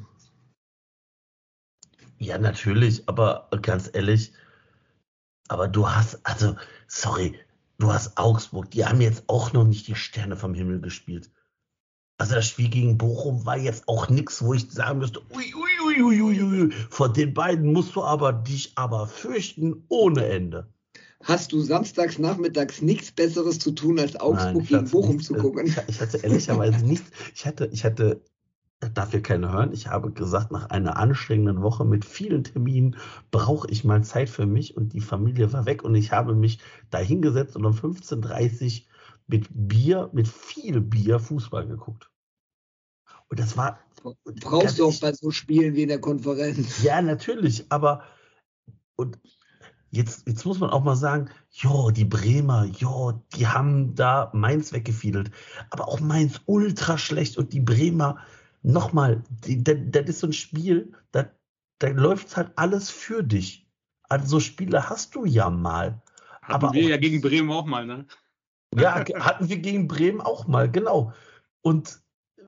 Ja, natürlich, aber ganz ehrlich, aber du hast Augsburg, die haben jetzt auch noch nicht die Sterne vom Himmel gespielt. Also das Spiel gegen Bochum war jetzt auch nichts, wo ich sagen müsste, ui, vor den beiden musst du dich aber fürchten ohne Ende. Hast du samstags nachmittags nichts Besseres zu tun, als Augsburg gegen Bochum zu gucken? Ich hatte ehrlicherweise nichts. Ich hatte, darf hier keiner hören, ich habe gesagt, nach einer anstrengenden Woche mit vielen Terminen brauche ich mal Zeit für mich und die Familie war weg und ich habe mich da hingesetzt und um 15:30 Uhr mit viel Bier Fußball geguckt. Und das war... Brauchst du auch bei so Spielen wie in der Konferenz. Ja, natürlich, aber und jetzt muss man auch mal sagen, die Bremer, die haben da Mainz weggefiedelt, aber auch Mainz ultra schlecht und die Bremer, nochmal, das ist so ein Spiel, da läuft halt alles für dich. Also so Spiele hast du ja mal. Hatten wir ja gegen Bremen auch mal, ne? Ja, hatten wir gegen Bremen auch mal, genau. Und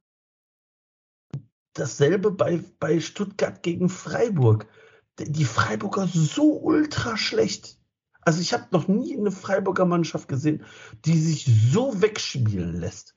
dasselbe bei Stuttgart gegen Freiburg. Die Freiburger so ultra schlecht. Also ich habe noch nie eine Freiburger Mannschaft gesehen, die sich so wegspielen lässt.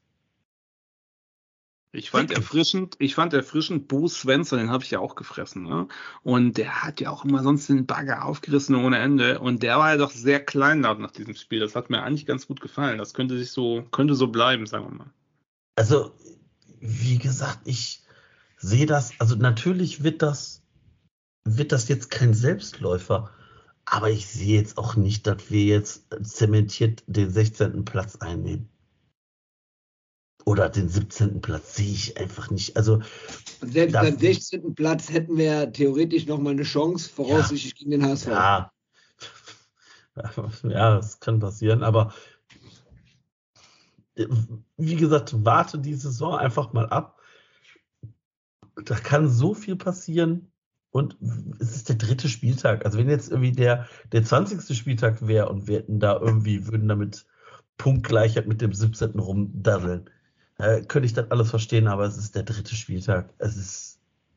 Ich fand erfrischend Bo Svensson, den habe ich ja auch gefressen. Ne? Und der hat ja auch immer sonst den Bagger aufgerissen ohne Ende. Und der war ja doch sehr kleinlaut nach diesem Spiel. Das hat mir eigentlich ganz gut gefallen. Das könnte so bleiben, sagen wir mal. Also, wie gesagt, ich sehe das, also natürlich wird das jetzt kein Selbstläufer, aber ich sehe jetzt auch nicht, dass wir jetzt zementiert den 16. Platz einnehmen. Oder den 17. Platz sehe ich einfach nicht. Also selbst beim 16. Platz hätten wir theoretisch nochmal eine Chance, voraussichtlich gegen den HSV. Ja, das kann passieren, aber wie gesagt, warte die Saison einfach mal ab. Da kann so viel passieren. Und es ist der 3. Spieltag. Also wenn jetzt irgendwie der 20. Spieltag wäre und wir hätten da würden damit Punktgleichheit mit dem 17. rumdaddeln, könnte ich das alles verstehen, aber es ist der 3. Spieltag. Es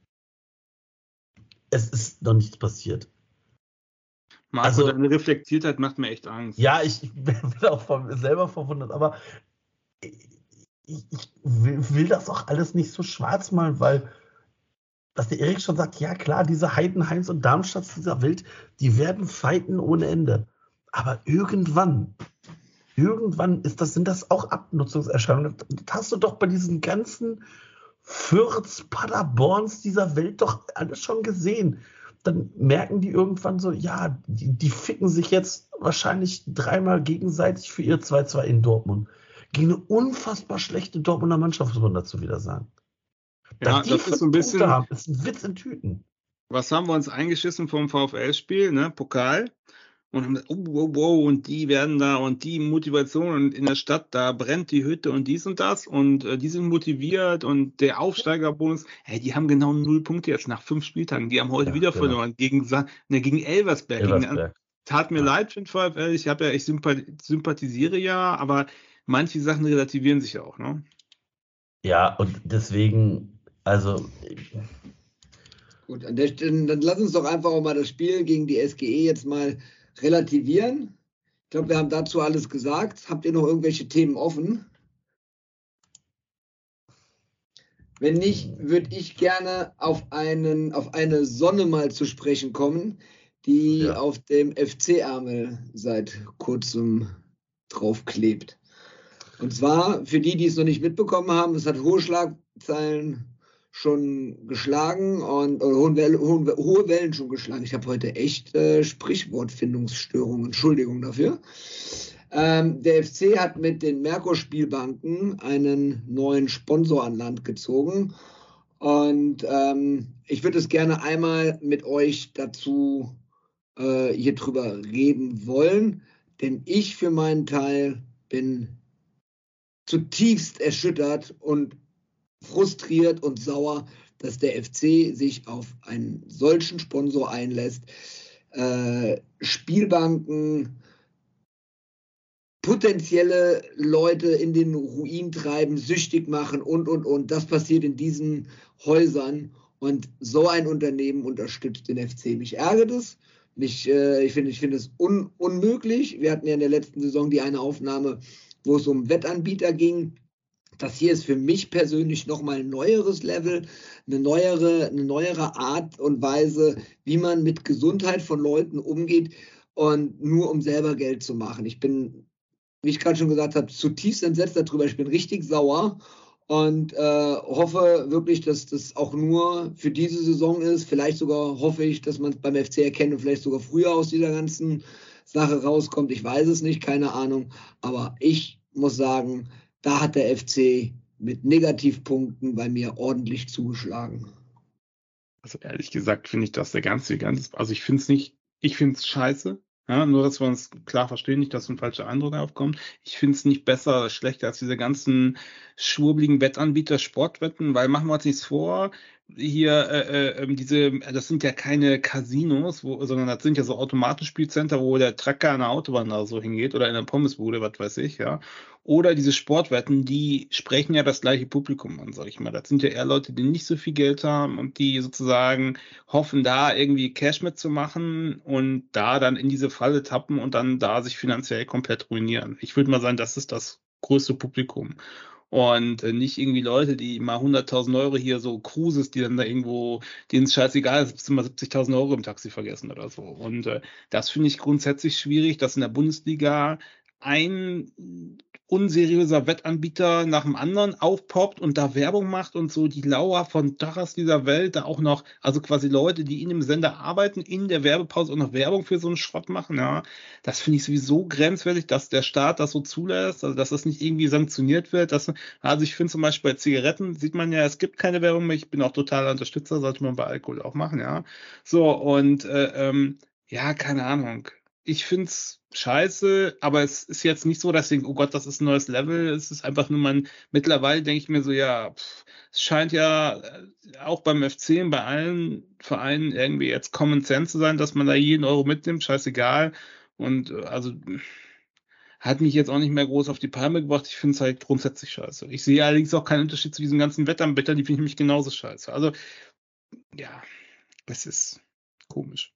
ist noch nichts passiert. Marco, deine Reflektiertheit macht mir echt Angst. Ja, ich bin auch selber verwundert, aber ich will das auch alles nicht so schwarz malen, weil dass der Erik schon sagt, ja klar, diese Heidenheims und Darmstadt dieser Welt, die werden fighten ohne Ende. Aber irgendwann sind das auch Abnutzungserscheinungen. Das hast du doch bei diesen ganzen Fürth, Paderborns dieser Welt doch alles schon gesehen. Dann merken die irgendwann so, ja, die ficken sich jetzt wahrscheinlich 3-mal gegenseitig für ihr 2-2 in Dortmund. Gegen eine unfassbar schlechte Dortmunder Mannschaft, muss man dazu wieder sagen. Ja, das ist so ein bisschen. Das ist ein Witz in Tüten. Was haben wir uns eingeschissen vom VfL-Spiel, ne? Pokal. Und haben gesagt, und die werden da und die Motivation und in der Stadt, da brennt die Hütte und dies und das und die sind motiviert und der Aufsteigerbonus, die haben genau 0 Punkte jetzt nach 5 Spieltagen. Die haben heute wieder verloren gegen Elversberg. Tat mir leid für den VfL. Ich sympathisiere ja, aber manche Sachen relativieren sich ja auch, ne? Ja, und deswegen. Also. Gut, an der Stelle, dann lass uns doch einfach auch mal das Spiel gegen die SGE jetzt mal relativieren. Ich glaube, wir haben dazu alles gesagt. Habt ihr noch irgendwelche Themen offen? Wenn nicht, würde ich gerne auf eine Sonne mal zu sprechen kommen, die auf dem FC-Ärmel seit kurzem draufklebt. Und zwar, für die es noch nicht mitbekommen haben, es hat hohe Schlagzeilen schon geschlagen und hohe Wellen schon geschlagen. Ich habe heute echt Sprichwortfindungsstörungen. Entschuldigung dafür. Der FC hat mit den Merkur-Spielbanken einen neuen Sponsor an Land gezogen. Und ich würde es gerne einmal mit euch dazu hier drüber reden wollen. Denn ich für meinen Teil bin zutiefst erschüttert und frustriert und sauer, dass der FC sich auf einen solchen Sponsor einlässt. Spielbanken, potenzielle Leute in den Ruin treiben, süchtig machen und. Das passiert in diesen Häusern und so ein Unternehmen unterstützt den FC. Mich ärgert es. Ich finde es unmöglich. Wir hatten ja in der letzten Saison die eine Aufnahme, wo es um Wettanbieter ging. Das hier ist für mich persönlich nochmal ein neueres Level, eine neuere Art und Weise, wie man mit Gesundheit von Leuten umgeht. und nur um selber Geld zu machen. Ich bin, wie ich gerade schon gesagt habe, zutiefst entsetzt darüber. Ich bin richtig sauer und hoffe wirklich, dass das auch nur für diese Saison ist. Vielleicht sogar hoffe ich, dass man es beim FC erkennt und vielleicht sogar früher aus dieser ganzen Sache rauskommt. Ich weiß es nicht, keine Ahnung. Aber ich muss sagen, da hat der FC mit Negativpunkten bei mir ordentlich zugeschlagen. Also ehrlich gesagt finde ich das also ich finde es scheiße. Ja, nur, dass wir uns klar verstehen, nicht, dass ein falscher Eindruck aufkommt. Ich finde es nicht besser oder schlechter als diese ganzen schwurbligen Wettanbieter, Sportwetten, weil machen wir uns nichts vor, hier das sind ja keine Casinos, sondern das sind ja so Automatenspielcenter, wo der Trecker an der Autobahn da so hingeht oder in der Pommesbude, was weiß ich, ja. Oder diese Sportwetten, die sprechen ja das gleiche Publikum an, sag ich mal. Das sind ja eher Leute, die nicht so viel Geld haben und die sozusagen hoffen, da irgendwie Cash mitzumachen und da dann in diese Falle tappen und dann da sich finanziell komplett ruinieren. Ich würde mal sagen, das ist das größte Publikum. Und nicht irgendwie Leute, die mal 100.000 Euro hier so Cruises, die dann da irgendwo, denen es scheißegal ist, bis mal 70.000 Euro im Taxi vergessen oder so. Und das finde ich grundsätzlich schwierig, dass in der Bundesliga ein unseriöser Wettanbieter nach dem anderen aufpoppt und da Werbung macht und so die Lauer von Dachers dieser Welt, da auch noch, also quasi Leute, die in dem Sender arbeiten, in der Werbepause auch noch Werbung für so einen Schrott machen, ja, das finde ich sowieso grenzwertig, dass der Staat das so zulässt, also dass das nicht irgendwie sanktioniert wird, also ich finde zum Beispiel bei Zigaretten sieht man ja, es gibt keine Werbung mehr, ich bin auch totaler Unterstützer, sollte man bei Alkohol auch machen, ja, so und ja, keine Ahnung. Ich finde es scheiße, aber es ist jetzt nicht so, dass ich denke, oh Gott, das ist ein neues Level. Es ist einfach nur mittlerweile denke ich mir so, ja, es scheint ja auch beim FC und bei allen Vereinen irgendwie jetzt Common Sense zu sein, dass man da jeden Euro mitnimmt, scheißegal. Und also hat mich jetzt auch nicht mehr groß auf die Palme gebracht. Ich finde es halt grundsätzlich scheiße. Ich sehe allerdings auch keinen Unterschied zu diesen ganzen Wettanbietern, die finde ich nämlich genauso scheiße. Also, ja, das ist komisch.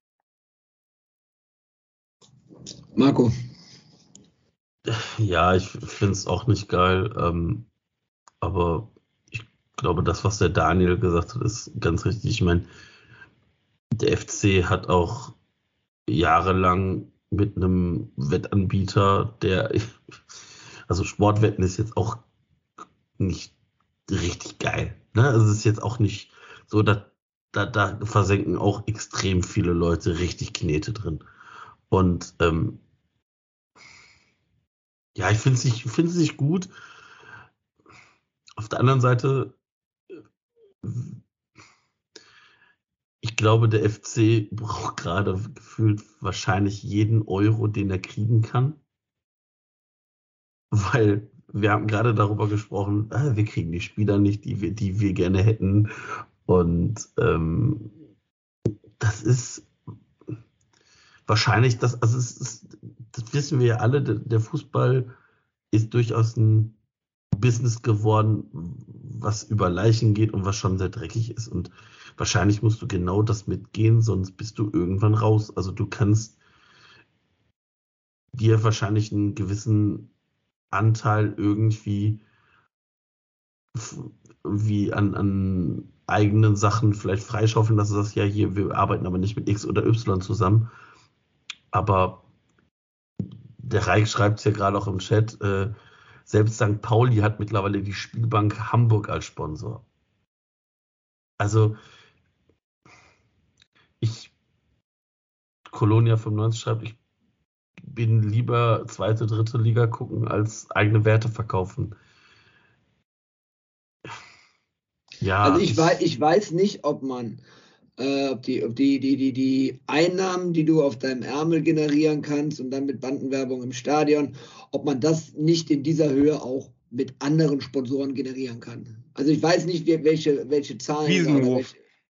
Marco. Ja, ich finde es auch nicht geil, aber ich glaube, das, was der Daniel gesagt hat, ist ganz richtig. Ich meine, der FC hat auch jahrelang mit einem Wettanbieter, also Sportwetten ist jetzt auch nicht richtig geil. Ne? Also es ist jetzt auch nicht so, da versenken auch extrem viele Leute richtig Knete drin. Und ja, ich finde es nicht gut. Auf der anderen Seite, ich glaube, der FC braucht gerade gefühlt wahrscheinlich jeden Euro, den er kriegen kann. Weil wir haben gerade darüber gesprochen, wir kriegen die Spieler nicht, die wir gerne hätten. Und das ist wahrscheinlich das wissen wir ja alle, der Fußball ist durchaus ein Business geworden, was über Leichen geht und was schon sehr dreckig ist. Und wahrscheinlich musst du genau das mitgehen, sonst bist du irgendwann raus. Also du kannst dir wahrscheinlich einen gewissen Anteil irgendwie wie an eigenen Sachen vielleicht freischaufeln, dass du sagst, ja hier, wir arbeiten aber nicht mit X oder Y zusammen. Aber der Reich schreibt es ja gerade auch im Chat, selbst St. Pauli hat mittlerweile die Spielbank Hamburg als Sponsor. Also Colonia 95 schreibt, ich bin lieber zweite, dritte Liga gucken, als eigene Werte verkaufen. Ja, also ich weiß nicht, ob man die Einnahmen, die du auf deinem Ärmel generieren kannst und dann mit Bandenwerbung im Stadion, ob man das nicht in dieser Höhe auch mit anderen Sponsoren generieren kann. Also ich weiß nicht, welche Zahlen oder welche.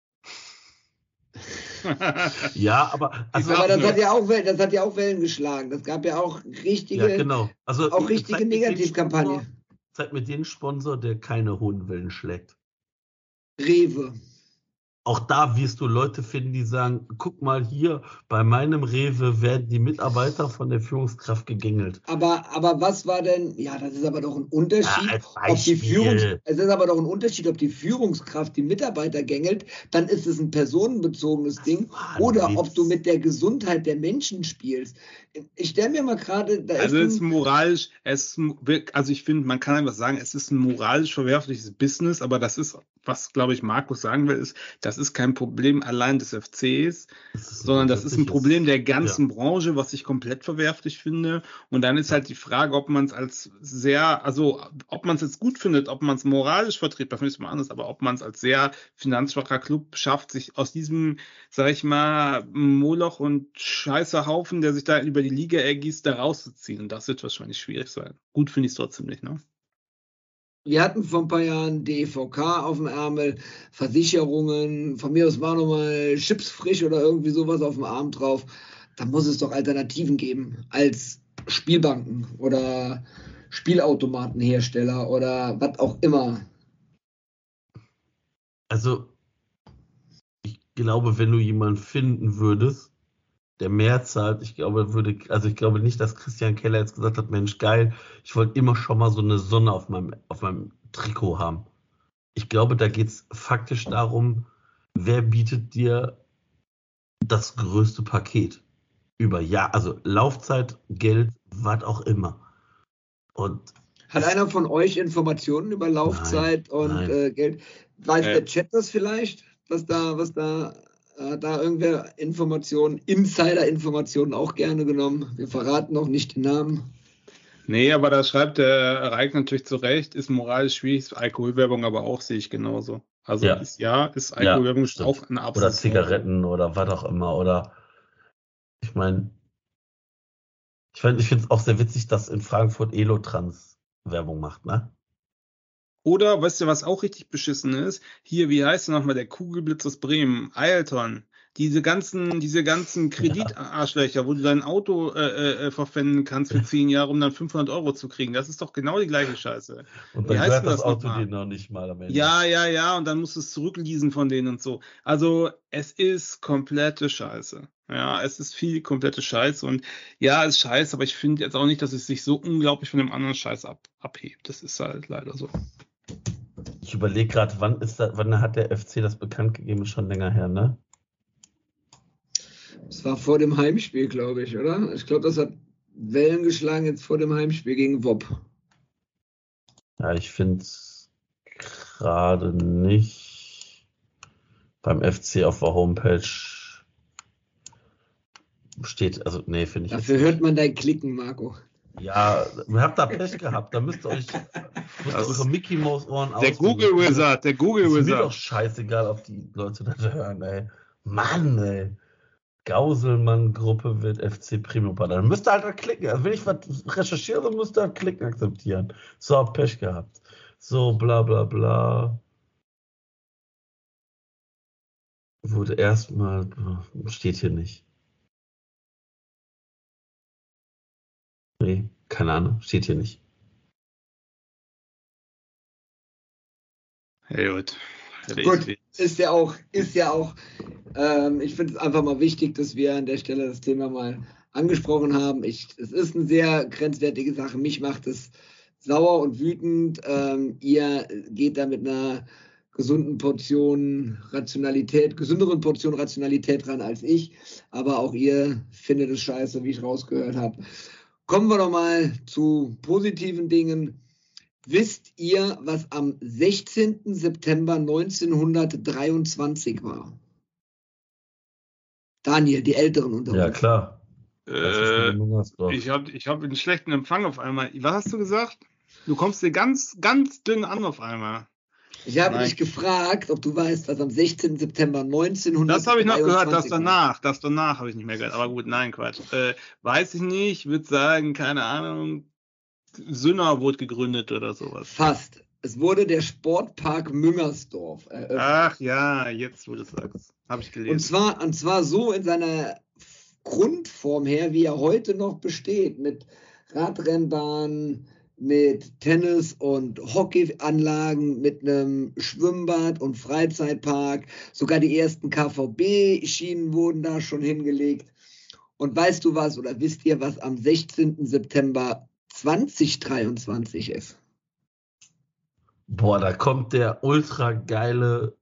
Ja, aber das hat ja auch Wellen geschlagen. Das gab ja auch richtige, ja, genau. Also auch richtige Negativkampagne. Zeig mir den Sponsor, der keine hohen Wellen schlägt. Rewe. auch da wirst du Leute finden, die sagen, guck mal hier, bei meinem Rewe werden die Mitarbeiter von der Führungskraft gegängelt. Aber was war denn, ja, das ist aber doch ein Unterschied, Ja, als ob die Beispiel. es ist aber doch ein Unterschied, ob die Führungskraft die Mitarbeiter gängelt, dann ist es ein personenbezogenes Ding, war ein oder Witz. ob du mit der Gesundheit der Menschen spielst. Ich stelle mir mal gerade, da Also ist es ist moralisch, also ich finde, man kann einfach sagen, es ist ein moralisch verwerfliches Business, aber das ist, was glaube ich Markus sagen will, ist, das ist kein Problem allein des FCs, sondern das ist ein Problem der ganzen Branche, was ich komplett verwerflich finde. Und dann ist halt die Frage, ob man es als ob man es jetzt gut findet, ob man es moralisch vertretbar findet, ist mal anders, aber ob man es als sehr finanzschwacher Club schafft, sich aus diesem, sag ich mal, Moloch und Scheißerhaufen, der sich da über die Liga ergießt, da rauszuziehen. Und das wird wahrscheinlich schwierig sein. Gut finde ich es trotzdem nicht, ne? Wir hatten vor ein paar Jahren DEVK auf dem Ärmel, Versicherungen, von mir aus war nochmal Chips frisch oder irgendwie sowas auf dem Arm drauf. Da muss es doch Alternativen geben als Spielbanken oder Spielautomatenhersteller oder was auch immer. Also, ich glaube, wenn du jemanden finden würdest, der mehr zahlt, ich glaube nicht, dass Christian Keller jetzt gesagt hat, Mensch, geil, ich wollte immer schon mal so eine Sonne auf meinem Trikot haben. Ich glaube, da geht es faktisch darum, wer bietet dir das größte Paket über Jahr, also Laufzeit, Geld, was auch immer. Und hat einer von euch Informationen über Laufzeit und Geld? Weiß der Chat das vielleicht, was da irgendwer Informationen, Insider-Informationen auch gerne genommen? Wir verraten noch nicht den Namen. Nee, aber da schreibt der Reik natürlich zu Recht, ist moralisch schwierig, ist Alkoholwerbung aber auch, sehe ich genauso. Also ist Alkoholwerbung auch eine absolute. Oder Zigaretten oder was auch immer. Oder ich finde es auch sehr witzig, dass in Frankfurt Elotrans Werbung macht, ne? Oder, weißt du, was auch richtig beschissen ist? Hier, wie heißt der nochmal, der Kugelblitz aus Bremen, Ailton. Diese ganzen Kreditarschlöcher, wo du dein Auto verpfänden kannst für 10 Jahre, um dann 500 € zu kriegen. Das ist doch genau die gleiche Scheiße. Und dann gehört das Auto dir noch nicht mal am Ende. Ja, und dann musst du es zurückleasen von denen und so. Also, es ist komplette Scheiße. Ja, es ist viel komplette Scheiße und ja, es ist scheiße, aber ich finde jetzt auch nicht, dass es sich so unglaublich von dem anderen Scheiß abhebt. Das ist halt leider so. Ich überlege gerade, wann hat der FC das bekannt gegeben? Ist schon länger her, ne? Es war vor dem Heimspiel, glaube ich, oder? Ich glaube, das hat Wellen geschlagen jetzt vor dem Heimspiel gegen WOP. Ja, ich finde es gerade nicht. Beim FC auf der Homepage steht, also nee, finde ich. Dafür hört man dein Klicken, Marco. Ja, ihr habt da Pech gehabt, da müsst ihr eure Mickey Mouse Ohren aus. Der Google Wizard. Ist mir doch scheißegal, ob die Leute das hören, ey. Mann, ey. Gauselmann-Gruppe wird FC Premium Partner. Dann müsst ihr halt klicken. Also wenn ich was recherchiere, müsst ihr halt klicken akzeptieren. So, hab Pech gehabt. So, bla bla bla. Wurde erstmal, steht hier nicht. Nee, keine Ahnung, steht hier nicht. Ja, gut. Gut, ist ja auch. Ich finde es einfach mal wichtig, dass wir an der Stelle das Thema mal angesprochen haben. Es ist eine sehr grenzwertige Sache. Mich macht es sauer und wütend. Ihr geht da mit einer gesünderen Portion Rationalität ran als ich. Aber auch ihr findet es scheiße, wie ich rausgehört habe. Kommen wir doch mal zu positiven Dingen. Wisst ihr, was am 16. September 1923 war? Daniel, die Älteren unter uns. Ja, klar. Ich hab einen schlechten Empfang auf einmal. Was hast du gesagt? Du kommst dir ganz, ganz dünn an auf einmal. Ich habe dich gefragt, ob du weißt, was am 16. September 1923 Das habe ich noch gehört, das danach habe ich nicht mehr gehört. Aber gut, nein, Quatsch. Weiß ich nicht, würde sagen, keine Ahnung. Sünner wurde gegründet oder sowas. Fast. Es wurde der Sportpark Müngersdorf eröffnet. Ach ja, jetzt wo du sagst. Habe ich gelesen. Und zwar so in seiner Grundform her, wie er heute noch besteht, mit Radrennbahn, mit Tennis- und Hockeyanlagen, mit einem Schwimmbad und Freizeitpark. Sogar die ersten KVB-Schienen wurden da schon hingelegt. Und weißt du was oder wisst ihr, was am 16. September 2023 ist? Boah, da kommt die ultra geile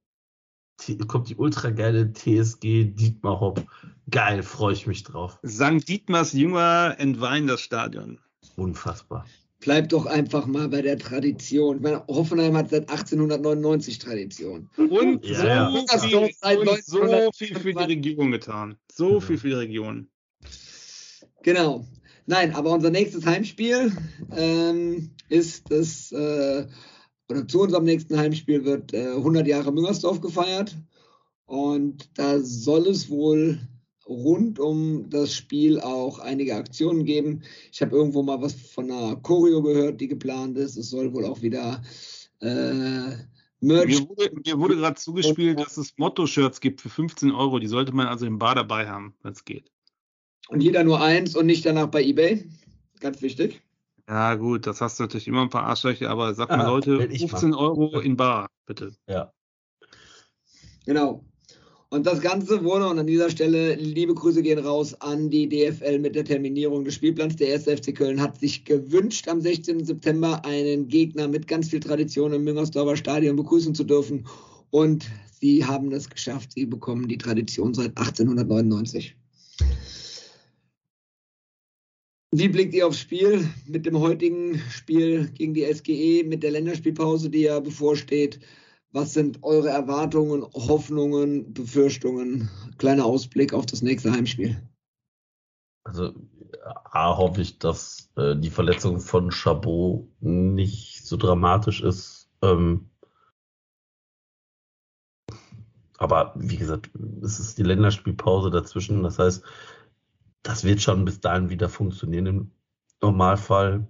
TSG Dietmar Hopp. Geil, freue ich mich drauf. St. Dietmars Jünger entweihen das Stadion. Unfassbar. Bleib doch einfach mal bei der Tradition. Ich meine, Hoffenheim hat seit 1899 Tradition. Und Ja, so ja. Viel für die Region getan. So viel für die Region. Genau. Nein, aber unser nächstes Heimspiel ist das, oder zu unserem nächsten Heimspiel wird 100 Jahre Müngersdorf gefeiert. Und da soll es wohl rund um das Spiel auch einige Aktionen geben. Ich habe irgendwo mal was von einer Choreo gehört, die geplant ist. Es soll wohl auch wieder Merch. Mir wurde gerade zugespielt, dass es Motto-Shirts gibt für 15 Euro. Die sollte man also im Bar dabei haben, wenn es geht. Und jeder nur eins und nicht danach bei eBay. Ganz wichtig. Ja gut, das hast du natürlich immer ein paar Arschlöcher, aber sag mal Leute, 15 Euro in Bar, bitte. Ja. Genau. Und das Ganze wurde, und an dieser Stelle liebe Grüße gehen raus an die DFL mit der Terminierung des Spielplans. Der 1. FC Köln hat sich gewünscht, am 16. September einen Gegner mit ganz viel Tradition im Müngersdorfer Stadion begrüßen zu dürfen. Und sie haben es geschafft. Sie bekommen die Tradition seit 1899. Wie blickt ihr aufs Spiel mit dem heutigen Spiel gegen die SGE, mit der Länderspielpause, die ja bevorsteht? Was sind eure Erwartungen, Hoffnungen, Befürchtungen? Kleiner Ausblick auf das nächste Heimspiel. Also hoffe ich, dass die Verletzung von Chabot nicht so dramatisch ist. Aber wie gesagt, es ist die Länderspielpause dazwischen. Das heißt, das wird schon bis dahin wieder funktionieren im Normalfall.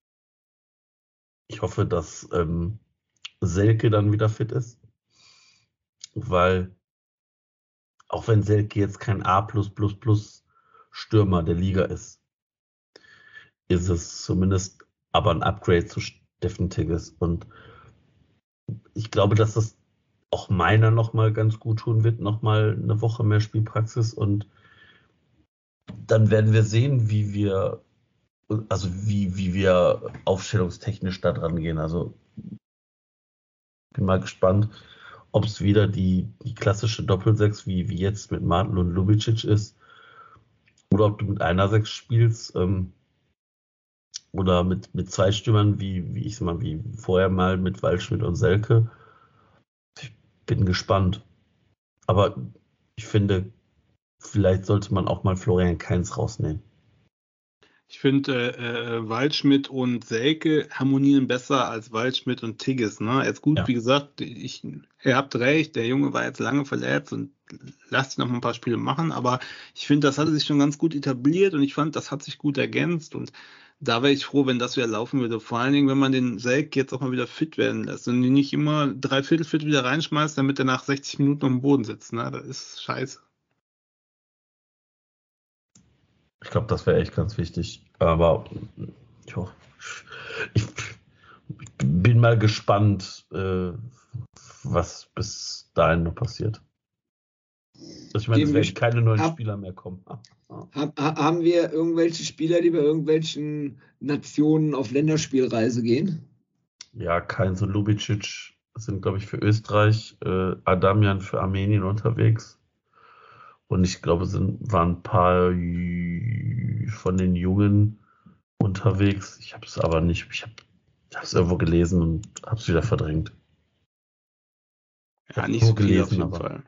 Ich hoffe, dass Selke dann wieder fit ist, weil auch wenn Selke jetzt kein A++ Stürmer der Liga ist es zumindest aber ein Upgrade zu Steffen Tigges, und ich glaube, dass das auch meiner nochmal ganz gut tun wird, nochmal eine Woche mehr Spielpraxis, und dann werden wir sehen, wie wir aufstellungstechnisch da dran gehen. Also bin mal gespannt, ob es wieder die klassische Doppelsechs wie jetzt mit Martel und Lubicic ist, oder ob du mit einer Sechs spielst, oder mit zwei Stürmern wie vorher mal mit Waldschmidt und Selke. Ich bin gespannt. Aber ich finde, vielleicht sollte man auch mal Florian Kainz rausnehmen. Ich finde, Waldschmidt und Selke harmonieren besser als Waldschmidt und Tigges. Ne? Jetzt gut, ja. Wie gesagt, ihr habt recht, der Junge war jetzt lange verletzt und lasst ihn noch mal ein paar Spiele machen, aber ich finde, das hatte sich schon ganz gut etabliert und ich fand, das hat sich gut ergänzt, und da wäre ich froh, wenn das wieder laufen würde. Vor allen Dingen, wenn man den Selke jetzt auch mal wieder fit werden lässt und ihn nicht immer 3/4 fit wieder reinschmeißt, damit er nach 60 Minuten auf dem Boden sitzt. Ne? Das ist scheiße. Ich glaube, das wäre echt ganz wichtig. Aber ich bin mal gespannt, was bis dahin noch passiert. Ich meine, es werden keine neuen Spieler mehr kommen. Haben wir irgendwelche Spieler, die bei irgendwelchen Nationen auf Länderspielreise gehen? Ja, Kainz und Lubicic sind, glaube ich, für Österreich, Adamian für Armenien unterwegs. Und ich glaube, waren ein paar von den Jungen unterwegs. Ich habe es aber nicht, ich habe es irgendwo gelesen und habe es wieder verdrängt. Ja, nicht so gelesen, auf jeden Fall.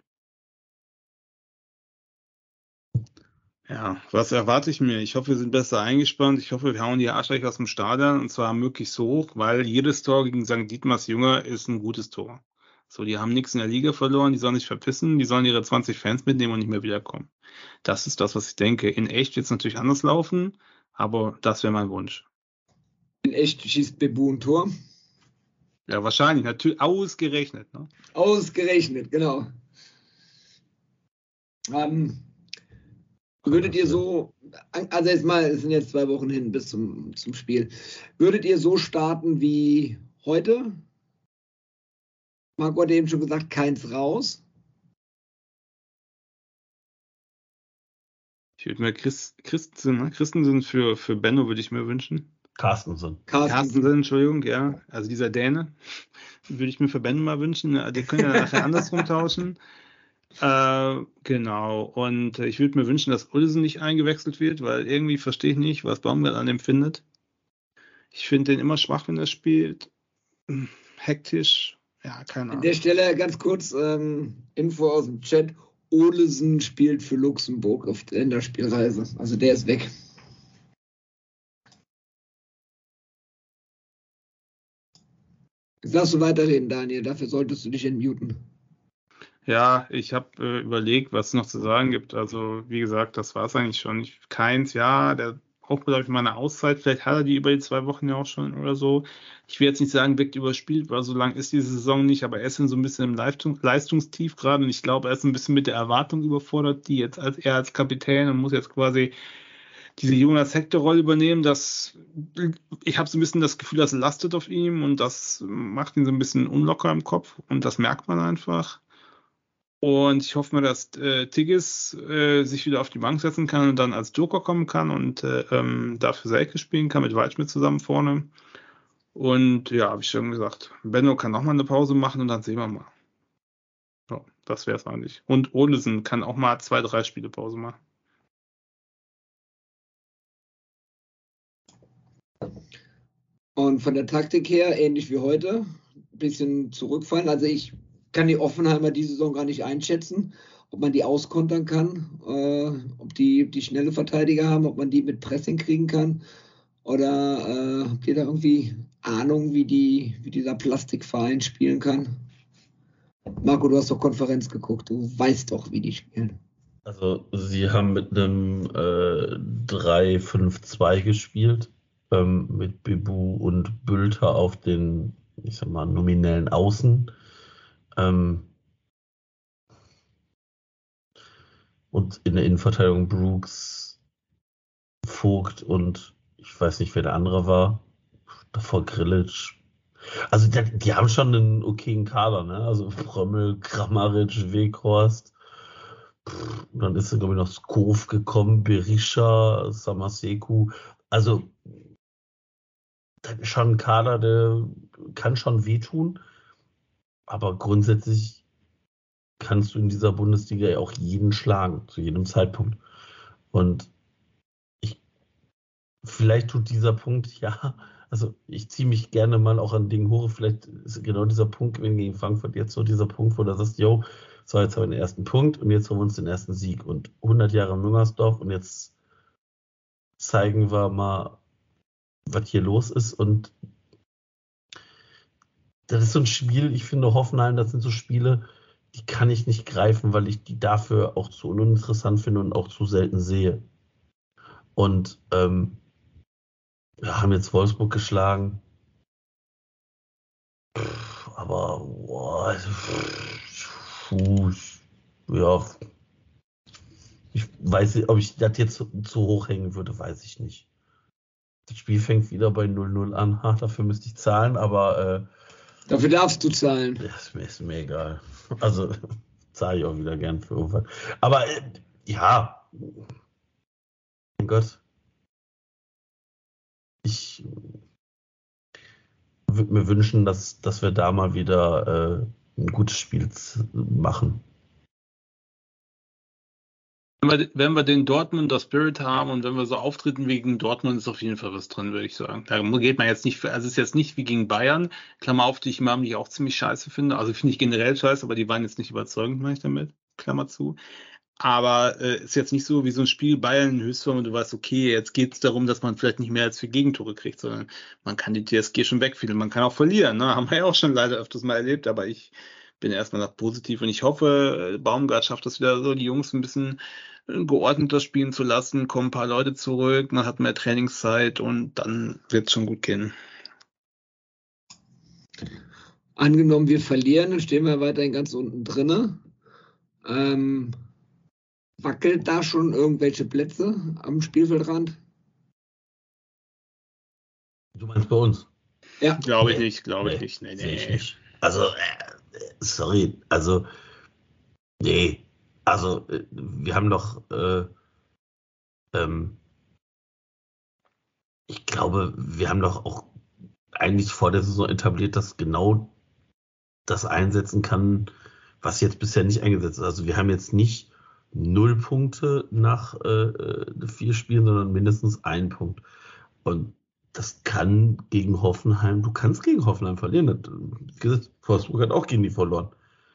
Ja, was erwarte ich mir? Ich hoffe, wir sind besser eingespannt. Ich hoffe, wir hauen die Arschlöcher aus dem Stadion, und zwar möglichst hoch, weil jedes Tor gegen St. Dietmars Jünger ist ein gutes Tor. So, die haben nichts in der Liga verloren, die sollen sich verpissen, die sollen ihre 20 Fans mitnehmen und nicht mehr wiederkommen. Das ist das, was ich denke. In echt wird es natürlich anders laufen, aber das wäre mein Wunsch. In echt schießt Bebu ein Tor? Ja, wahrscheinlich, natürlich, ausgerechnet. Ne? Ausgerechnet, genau. Würdet ihr so, also jetzt mal, es sind jetzt 2 Wochen hin bis zum Spiel, würdet ihr so starten wie heute? Marco hat eben schon gesagt, keins raus. Ich würde mir Christensen für Benno würde ich mir wünschen. Carstensen, Entschuldigung, ja. Also dieser Däne würde ich mir für Benno mal wünschen. Die können ja nachher andersrum tauschen. Genau. Und ich würde mir wünschen, dass Olsen nicht eingewechselt wird, weil irgendwie verstehe ich nicht, was Baumgart an dem findet. Ich finde den immer schwach, wenn er spielt. Hektisch. Ja, keine Ahnung. An der Stelle ganz kurz Info aus dem Chat. Olesen spielt für Luxemburg auf der Länderspielreise. Also der ist weg. Jetzt darfst du weiterreden, Daniel. Dafür solltest du dich entmuten. Ja, ich habe überlegt, was es noch zu sagen gibt. Also, wie gesagt, das war es eigentlich schon. Keins, ja, der braucht, glaube ich, mal eine Auszeit. Vielleicht hat er die über die 2 Wochen ja auch schon oder so. Ich will jetzt nicht sagen, wirkt überspielt, weil so lang ist diese Saison nicht, aber er ist so ein bisschen im Leistungstief gerade und ich glaube, er ist ein bisschen mit der Erwartung überfordert, die jetzt er als Kapitän und muss jetzt quasi diese Jonas Hector-Rolle übernehmen. Ich habe so ein bisschen das Gefühl, das lastet auf ihm und das macht ihn so ein bisschen unlocker im Kopf und das merkt man einfach. Und ich hoffe mal, dass Tigges sich wieder auf die Bank setzen kann und dann als Joker kommen kann und dafür Selke spielen kann mit Waldschmidt zusammen vorne. Und ja, habe ich schon gesagt, Benno kann noch mal eine Pause machen und dann sehen wir mal. So, das wäre es eigentlich. Und Olesen kann auch mal 2, 3 Spiele Pause machen. Und von der Taktik her, ähnlich wie heute, ein bisschen zurückfallen. Also ich kann die Offenheimer diese Saison gar nicht einschätzen, ob man die auskontern kann, ob die schnelle Verteidiger haben, ob man die mit Pressing kriegen kann. Oder habt ihr da irgendwie Ahnung, wie dieser Plastikverein spielen kann? Marco, du hast doch Konferenz geguckt, du weißt doch, wie die spielen. Also sie haben mit einem 3-5-2 gespielt, mit Bibu und Bülter auf den, ich sag mal, nominellen Außen. Und in der Innenverteidigung Brooks, Vogt und ich weiß nicht, wer der andere war. Davor Grillitsch. Also die haben schon einen okayen Kader, ne? Also Prömmel, Kramaric, Weghorst. Dann ist glaube ich, noch Skov gekommen, Berisha, Samaseku. Also das ist schon ein Kader, der kann schon wehtun. Aber grundsätzlich kannst du in dieser Bundesliga ja auch jeden schlagen, zu jedem Zeitpunkt. Und vielleicht tut dieser Punkt, ja, also ich ziehe mich gerne mal auch an Dingen hoch. Vielleicht ist genau dieser Punkt gegen Frankfurt jetzt so dieser Punkt, wo du sagst, yo, so jetzt haben wir den ersten Punkt und jetzt holen wir uns den ersten Sieg. Und 100 Jahre Müngersdorf und jetzt zeigen wir mal, was hier los ist. Und das ist so ein Spiel, ich finde Hoffenheim, das sind so Spiele, die kann ich nicht greifen, weil ich die dafür auch zu uninteressant finde und auch zu selten sehe. Und wir haben jetzt Wolfsburg geschlagen. Aber boah, ja, ich weiß nicht, ob ich das jetzt zu hoch hängen würde, weiß ich nicht. Das Spiel fängt wieder bei 0-0 an. Dafür müsste ich zahlen, aber dafür darfst du zahlen. Ist mir egal. Also zahle ich auch wieder gern für irgendwas. Aber ja, mein Gott. Ich würde mir wünschen, dass wir da mal wieder ein gutes Spiel machen. Wenn wir den Dortmunder Spirit haben und wenn wir so auftreten wie gegen Dortmund, ist auf jeden Fall was drin, würde ich sagen. Da geht man jetzt nicht für, also es ist jetzt nicht wie gegen Bayern, Klammer auf, die ich Mamlich auch ziemlich scheiße finde. Also finde ich generell scheiße, aber die waren jetzt nicht überzeugend, meine ich damit, Klammer zu. Aber ist jetzt nicht so wie so ein Spiel Bayern in Höchstform und du weißt, okay, jetzt geht es darum, dass man vielleicht nicht mehr als 4 Gegentore kriegt, sondern man kann die TSG schon wegfielen. Man kann auch verlieren, ne? Haben wir ja auch schon leider öfters mal erlebt, aber ich bin erstmal noch positiv und ich hoffe, Baumgart schafft das wieder so, die Jungs ein bisschen geordneter spielen zu lassen, kommen ein paar Leute zurück, man hat mehr Trainingszeit und dann wird es schon gut gehen. Angenommen, wir verlieren, dann stehen wir weiterhin ganz unten drinne. Wackelt da schon irgendwelche Plätze am Spielfeldrand? Du meinst bei uns? Ja. Glaube ich nicht. Sehe ich nicht. Also, sorry, also, nee. Also, wir haben doch, ich glaube, wir haben doch auch eigentlich vor der Saison etabliert, dass genau das einsetzen kann, was jetzt bisher nicht eingesetzt ist. Also wir haben jetzt nicht 0 Punkte nach 4 Spielen, sondern mindestens 1 Punkt. Und das kann gegen Hoffenheim, du kannst gegen Hoffenheim verlieren. Wie gesagt, Wolfsburg hat auch gegen die verloren.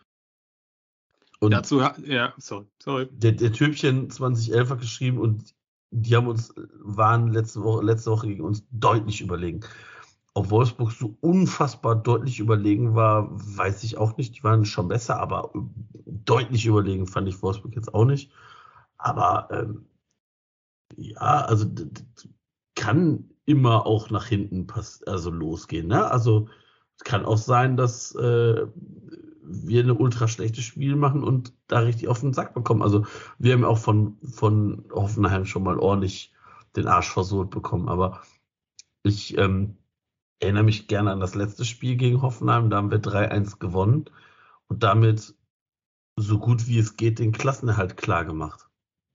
Und dazu, ja, sorry. Der Typchen 2011 hat geschrieben und die waren letzte Woche gegen uns deutlich überlegen. Ob Wolfsburg so unfassbar deutlich überlegen war, weiß ich auch nicht. Die waren schon besser, aber deutlich überlegen fand ich Wolfsburg jetzt auch nicht. Aber ja, also kann immer auch nach hinten losgehen. Ne? Also es kann auch sein, dass wir eine ultra schlechtes Spiel machen und da richtig auf den Sack bekommen. Also wir haben auch von Hoffenheim schon mal ordentlich den Arsch versohlt bekommen. Aber ich erinnere mich gerne an das letzte Spiel gegen Hoffenheim. Da haben wir 3-1 gewonnen und damit so gut wie es geht den Klassenerhalt klar gemacht.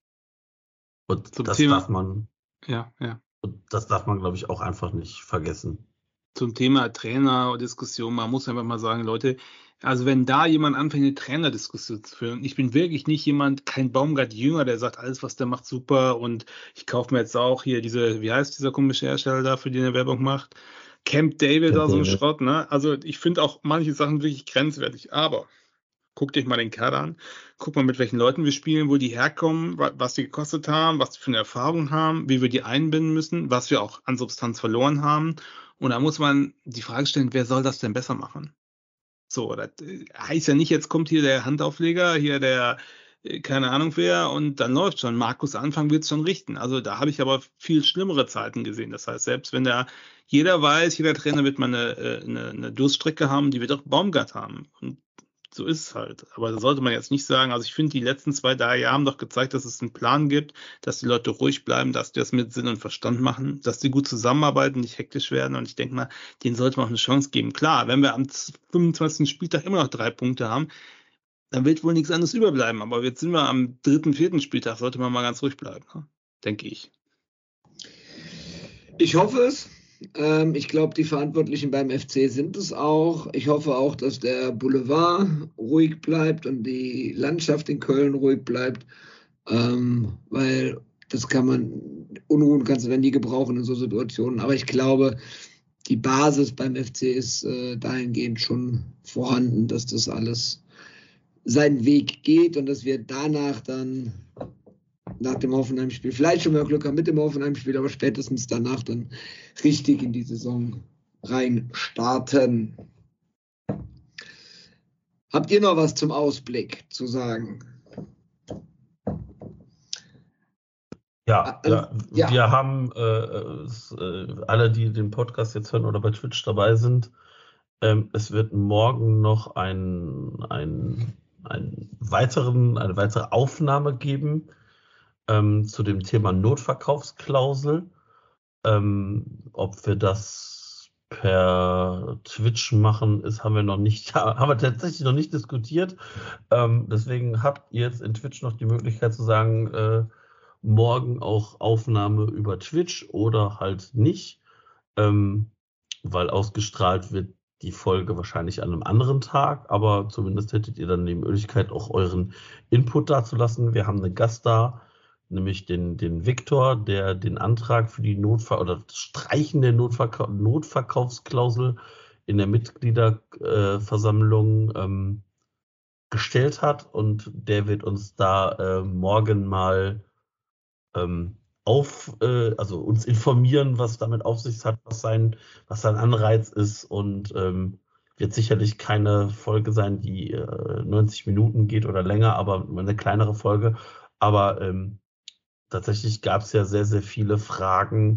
Und das darf man, und das darf man, glaube ich, auch einfach nicht vergessen. Zum Thema Trainerdiskussion, man muss einfach mal sagen, Leute, also wenn da jemand anfängt, eine Trainerdiskussion zu führen, ich bin wirklich nicht kein Baumgart-Jünger, der sagt, alles, was der macht, super und ich kaufe mir jetzt auch hier wie heißt dieser komische Hersteller da, für den er Werbung macht? Camp David oder so ein Schrott, ne? Also ich finde auch manche Sachen wirklich grenzwertig, aber guck dich mal den Kader an, guck mal, mit welchen Leuten wir spielen, wo die herkommen, was die gekostet haben, was die für eine Erfahrung haben, wie wir die einbinden müssen, was wir auch an Substanz verloren haben. Und da muss man die Frage stellen, wer soll das denn besser machen? So, das heißt ja nicht, jetzt kommt hier der Handaufleger, hier der, keine Ahnung wer, und dann läuft schon. Markus Anfang wird es schon richten. Also da habe ich aber viel schlimmere Zeiten gesehen. Das heißt, selbst wenn jeder Trainer wird mal eine Durststrecke haben, die wird auch Baumgart haben. Und so ist es halt. Aber da sollte man jetzt nicht sagen, also ich finde, die letzten 2, 3 Jahre haben doch gezeigt, dass es einen Plan gibt, dass die Leute ruhig bleiben, dass die das mit Sinn und Verstand machen, dass die gut zusammenarbeiten, nicht hektisch werden. Und ich denke mal, denen sollte man auch eine Chance geben. Klar, wenn wir am 25. Spieltag immer noch 3 Punkte haben, dann wird wohl nichts anderes überbleiben. Aber jetzt sind wir am 3., 4. Spieltag, sollte man mal ganz ruhig bleiben, ne? Denke ich. Ich hoffe es. Ich glaube, die Verantwortlichen beim FC sind es auch. Ich hoffe auch, dass der Boulevard ruhig bleibt und die Landschaft in Köln ruhig bleibt, weil Unruhen kannst du dann nie gebrauchen in so Situationen. Aber ich glaube, die Basis beim FC ist dahingehend schon vorhanden, dass das alles seinen Weg geht und dass wir danach dann nach dem Hoffenheim-Spiel, vielleicht schon mal Glück haben mit dem Hoffenheim-Spiel, aber spätestens danach dann richtig in die Saison rein starten. Habt ihr noch was zum Ausblick zu sagen? Ja. Wir haben alle, die den Podcast jetzt hören oder bei Twitch dabei sind, es wird morgen noch eine weitere Aufnahme geben zu dem Thema Notverkaufsklausel. Ob wir das per Twitch machen, haben wir tatsächlich noch nicht diskutiert. Deswegen habt ihr jetzt in Twitch noch die Möglichkeit zu sagen, morgen auch Aufnahme über Twitch oder halt nicht, weil ausgestrahlt wird die Folge wahrscheinlich an einem anderen Tag, aber zumindest hättet ihr dann die Möglichkeit, auch euren Input dazulassen. Wir haben einen Gast da, nämlich den Viktor, der den Antrag für die Streichen der Notverkaufsklausel in der Mitgliederversammlung gestellt hat, und der wird uns da morgen mal uns informieren, was damit auf sich hat, was sein Anreiz ist, und wird sicherlich keine Folge sein, die 90 Minuten geht oder länger, aber eine kleinere Folge. Aber tatsächlich gab es ja sehr, sehr viele Fragen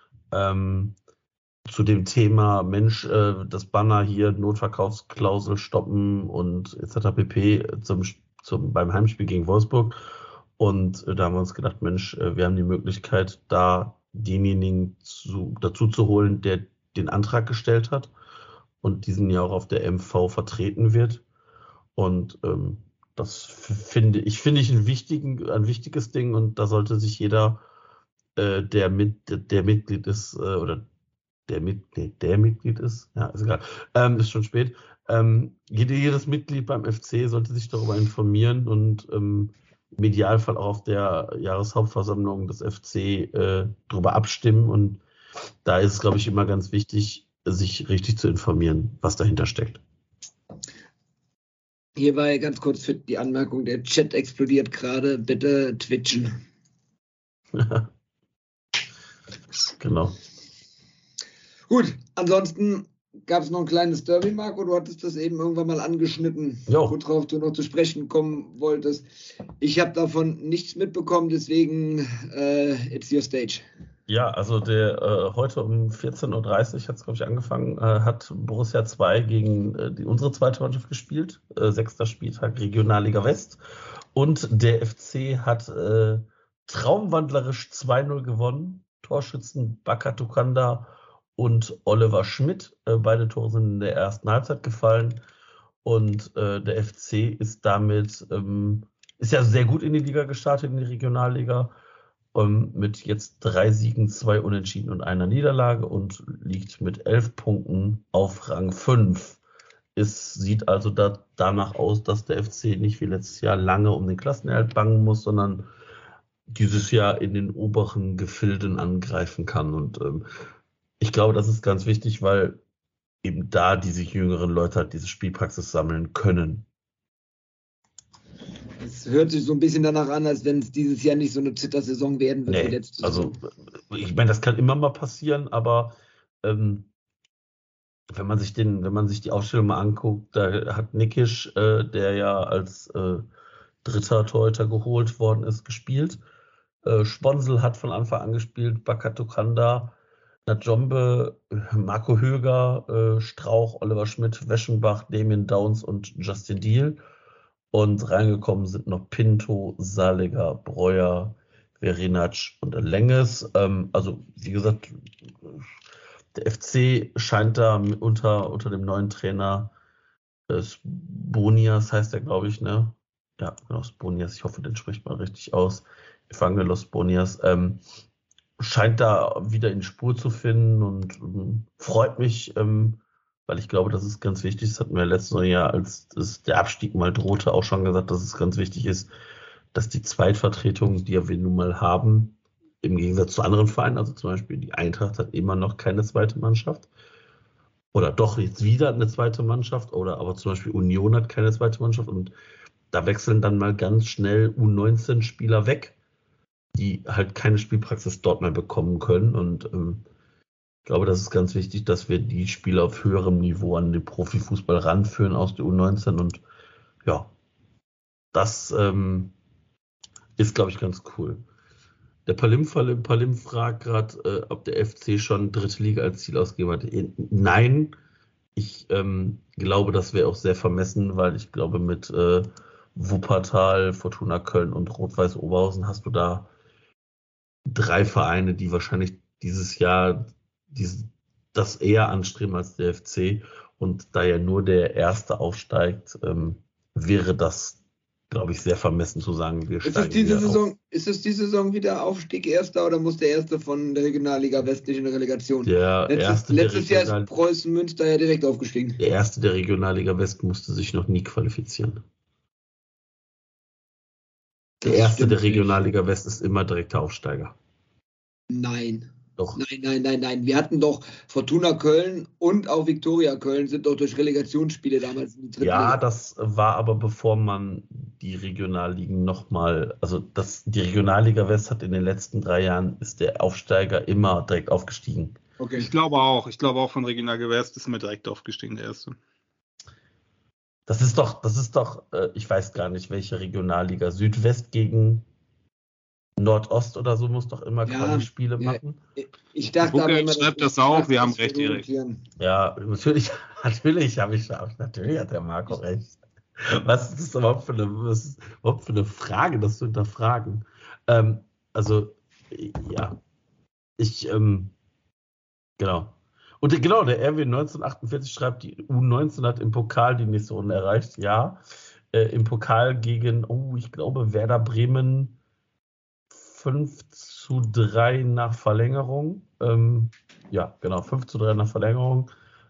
zu dem Thema, Mensch, das Banner hier, Notverkaufsklausel stoppen und etc. pp. beim Heimspiel gegen Wolfsburg. Und da haben wir uns gedacht, Mensch, wir haben die Möglichkeit, da denjenigen dazu zu holen, der den Antrag gestellt hat und diesen ja auch auf der MV vertreten wird. Und das finde ich ein wichtiges Ding, und da sollte sich jeder, der Mitglied ist, oder der Mitglied ist, ja, ist egal, ist schon spät. Jedes Mitglied beim FC sollte sich darüber informieren und im Idealfall auch auf der Jahreshauptversammlung des FC darüber abstimmen. Und da ist es, glaube ich, immer ganz wichtig, sich richtig zu informieren, was dahinter steckt. Hierbei ganz kurz für die Anmerkung, der Chat explodiert gerade, bitte twitchen. Genau. Gut, ansonsten gab es noch ein kleines Derby, Marco, du hattest das eben irgendwann mal angeschnitten, worauf du noch zu sprechen kommen wolltest. Ich habe davon nichts mitbekommen, deswegen it's your stage. Ja, also heute um 14:30 Uhr hat es, glaube ich, angefangen, hat Borussia 2 gegen unsere zweite Mannschaft gespielt, 6. Spieltag Regionalliga West, und der FC hat traumwandlerisch 2-0 gewonnen. Torschützen Baka Tukanda und Oliver Schmidt, beide Tore sind in der ersten Halbzeit gefallen, und der FC ist damit ist ja sehr gut in die Liga gestartet, in die Regionalliga, mit jetzt 3 Siegen, 2 Unentschieden und 1 Niederlage, und liegt mit 11 Punkten auf Rang 5. Es sieht also danach aus, dass der FC nicht wie letztes Jahr lange um den Klassenerhalt bangen muss, sondern dieses Jahr in den oberen Gefilden angreifen kann. Und ich glaube, das ist ganz wichtig, weil eben da diese jüngeren Leute halt diese Spielpraxis sammeln können. Es hört sich so ein bisschen danach an, als wenn es dieses Jahr nicht so eine Zittersaison werden wird wie letztes Jahr. Also ich meine, das kann immer mal passieren, aber wenn man sich die Aufstellung mal anguckt, da hat Nikisch, der ja als dritter Torhüter geholt worden ist, gespielt. Sponsel hat von Anfang an gespielt, Baka Tukanda, Najombe, Marco Höger, Strauch, Oliver Schmidt, Weschenbach, Damien Downs und Justin Deal. Und reingekommen sind noch Pinto, Saliger, Breuer, Verinac und Lenges. Also wie gesagt, der FC scheint da unter dem neuen Trainer Sponias heißt der, glaube ich, ne? Ja, genau, Sponias. Ich hoffe, den spricht man richtig aus. Evangelos Sponias. Scheint da wieder in Spur zu finden, und freut mich, weil ich glaube, das ist ganz wichtig. Das hatten wir letztes Jahr, als der Abstieg mal drohte, auch schon gesagt, dass es ganz wichtig ist, dass die Zweitvertretung, die wir nun mal haben, im Gegensatz zu anderen Vereinen, also zum Beispiel die Eintracht hat immer noch keine zweite Mannschaft. Oder doch jetzt wieder eine zweite Mannschaft, aber zum Beispiel Union hat keine zweite Mannschaft, und da wechseln dann mal ganz schnell U19-Spieler weg, die halt keine Spielpraxis dort mehr bekommen können. Und ich glaube, das ist ganz wichtig, dass wir die Spieler auf höherem Niveau an den Profifußball ranführen aus der U19. Und ja, das ist, glaube ich, ganz cool. Der Palim fragt gerade, ob der FC schon dritte Liga als Ziel ausgegeben hat. Nein, ich glaube, das wäre auch sehr vermessen, weil ich glaube, mit Wuppertal, Fortuna Köln und Rot-Weiß Oberhausen hast du da 3 Vereine, die wahrscheinlich dieses Jahr das eher anstreben als der FC. Und da ja nur der Erste aufsteigt, wäre das, glaube ich, sehr vermessen zu sagen, wir steigen wieder auf. Ist es diese Saison wieder Aufstieg Erster, oder muss der Erste von der Regionalliga West nicht in der Relegation? Letztes Jahr ist Preußen Münster ja direkt aufgestiegen. Der Erste der Regionalliga West musste sich noch nie qualifizieren. Der Erste der Regionalliga West ist immer direkter Aufsteiger. Nein. Doch. Nein. Wir hatten doch Fortuna Köln und auch Viktoria Köln sind doch durch Relegationsspiele damals in die dritte Liga. Das war aber bevor man die Regionalligen nochmal, also die Regionalliga West hat in den letzten 3 Jahren, ist der Aufsteiger immer direkt aufgestiegen. Okay. Ich glaube auch von Regionalliga West ist immer direkt aufgestiegen, der Erste. Das ist doch, ich weiß gar nicht, welche Regionalliga, Südwest gegen Nordost oder so muss doch immer Quali-Spiele machen. Ich dachte aber immer, schreibt das auch, wir haben recht, Erik. Ja, natürlich hat der Marco recht. Was ist das überhaupt was ist überhaupt für eine Frage, das zu hinterfragen? Also, ja, genau. Und genau, der RW 1948 schreibt, die U19 hat im Pokal die nächste Runde erreicht. Ja, im Pokal gegen, ich glaube, Werder Bremen 5:3 nach Verlängerung. Ja, genau, 5:3 nach Verlängerung.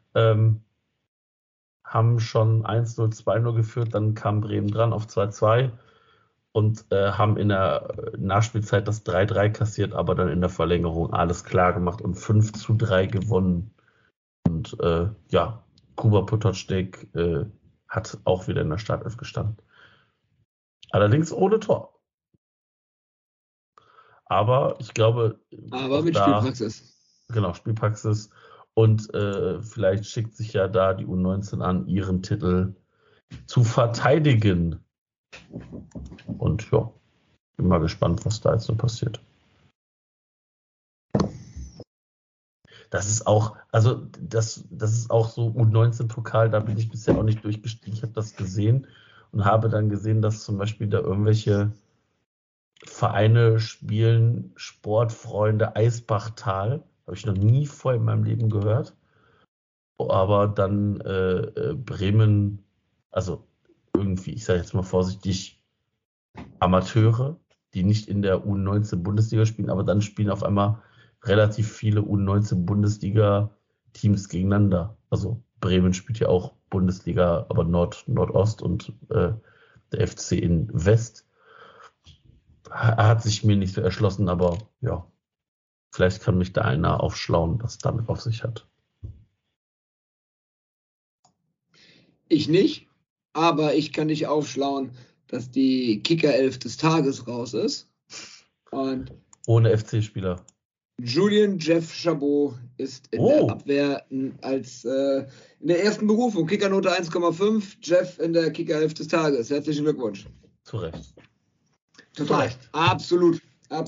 Haben schon 1:0, 2:0 geführt, dann kam Bremen dran auf 2:2 und haben in der Nachspielzeit das 3:3 kassiert, aber dann in der Verlängerung alles klar gemacht und 5:3 gewonnen. Und ja, Kuba Potočnik hat auch wieder in der Startelf gestanden. Allerdings ohne Tor. Aber ich glaube... Aber mit Spielpraxis. Genau, Spielpraxis. Und vielleicht schickt sich ja da die U19 an, ihren Titel zu verteidigen. Und ja, bin mal gespannt, was da jetzt so passiert. Das ist auch, also das ist auch so U19-Pokal, da bin ich bisher auch nicht durchgestiegen. Ich habe das gesehen und habe dann gesehen, dass zum Beispiel da irgendwelche Vereine spielen, Sportfreunde Eisbachtal. Habe ich noch nie vorher in meinem Leben gehört. Aber dann Bremen, also irgendwie, ich sage jetzt mal vorsichtig, Amateure, die nicht in der U19-Bundesliga spielen, aber dann spielen auf einmal relativ viele U19-Bundesliga-Teams gegeneinander. Also Bremen spielt ja auch Bundesliga, aber Nordost und der FC in West. Hat sich mir nicht so erschlossen, aber ja, vielleicht kann mich da einer aufschlauen, was damit auf sich hat. Ich nicht, aber ich kann dich aufschlauen, dass die Kicker-Elf des Tages raus ist. Und ohne FC-Spieler. Julien Jeff Chabot ist in der Abwehr als in der ersten Berufung. Kickernote 1,5, Jeff in der Kicker-Elf des Tages. Herzlichen Glückwunsch. Zu Recht. Total. Absolut.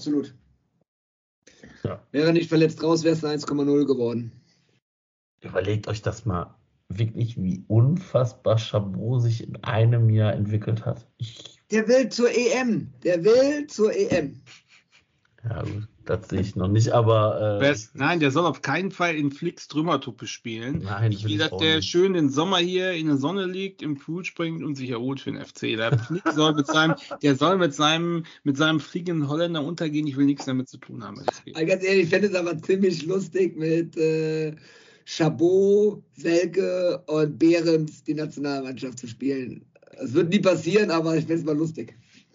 Ja. Wäre nicht verletzt raus, wäre es 1,0 geworden. Überlegt euch das mal wirklich, wie unfassbar Chabot sich in einem Jahr entwickelt hat. Der will zur EM. Ja, gut, das sehe ich noch nicht, aber... Nein, der soll auf keinen Fall in Flicks Trümmertruppe spielen. Nein, wie dass der schön den Sommer hier in der Sonne liegt, im Pool springt und sich erholt für den FC. Der Flick soll mit seinem fliegenden Holländer untergehen. Ich will nichts damit zu tun haben. Ganz ehrlich, ich fände es aber ziemlich lustig mit Chabot, Selke und Behrens die Nationalmannschaft zu spielen. Es wird nie passieren, aber ich fände es mal lustig.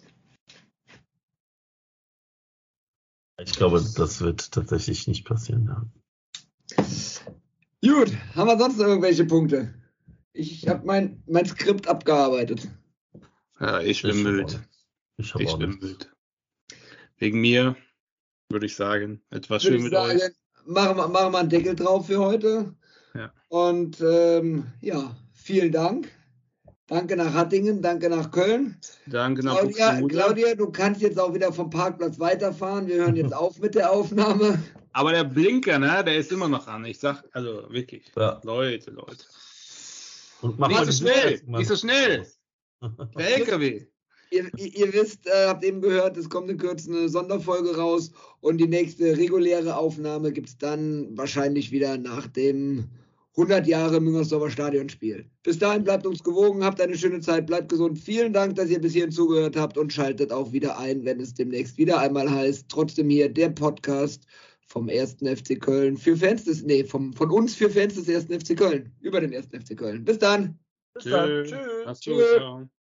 Ich glaube, das wird tatsächlich nicht passieren, ja. Gut, haben wir sonst noch irgendwelche Punkte? Ich habe mein Skript abgearbeitet. Ja, ich bin müde. Ich bin müde. Wegen mir würde ich sagen, etwas schön mit euch. Machen wir einen Deckel drauf für heute. Ja. Und ja, vielen Dank. Danke nach Hattingen, danke nach Köln. Danke nach Claudia, du kannst jetzt auch wieder vom Parkplatz weiterfahren. Wir hören jetzt auf mit der Aufnahme. Aber der Blinker, ne, der ist immer noch an. Ich sag, also wirklich, ja. Leute. Und mach nicht so schnell. Der LKW. Ihr wisst, habt eben gehört, es kommt in Kürze eine Sonderfolge raus und die nächste reguläre Aufnahme gibt es dann wahrscheinlich wieder nach dem 100 Jahre Müngersdorfer Stadionspiel. Bis dahin bleibt uns gewogen, habt eine schöne Zeit, bleibt gesund. Vielen Dank, dass ihr bis hierhin zugehört habt und schaltet auch wieder ein, wenn es demnächst wieder einmal heißt. Trotzdem hier der Podcast vom 1. FC Köln für Fans von uns für Fans des 1. FC Köln über den 1. FC Köln. Bis dann. Bis dann. Tschüss.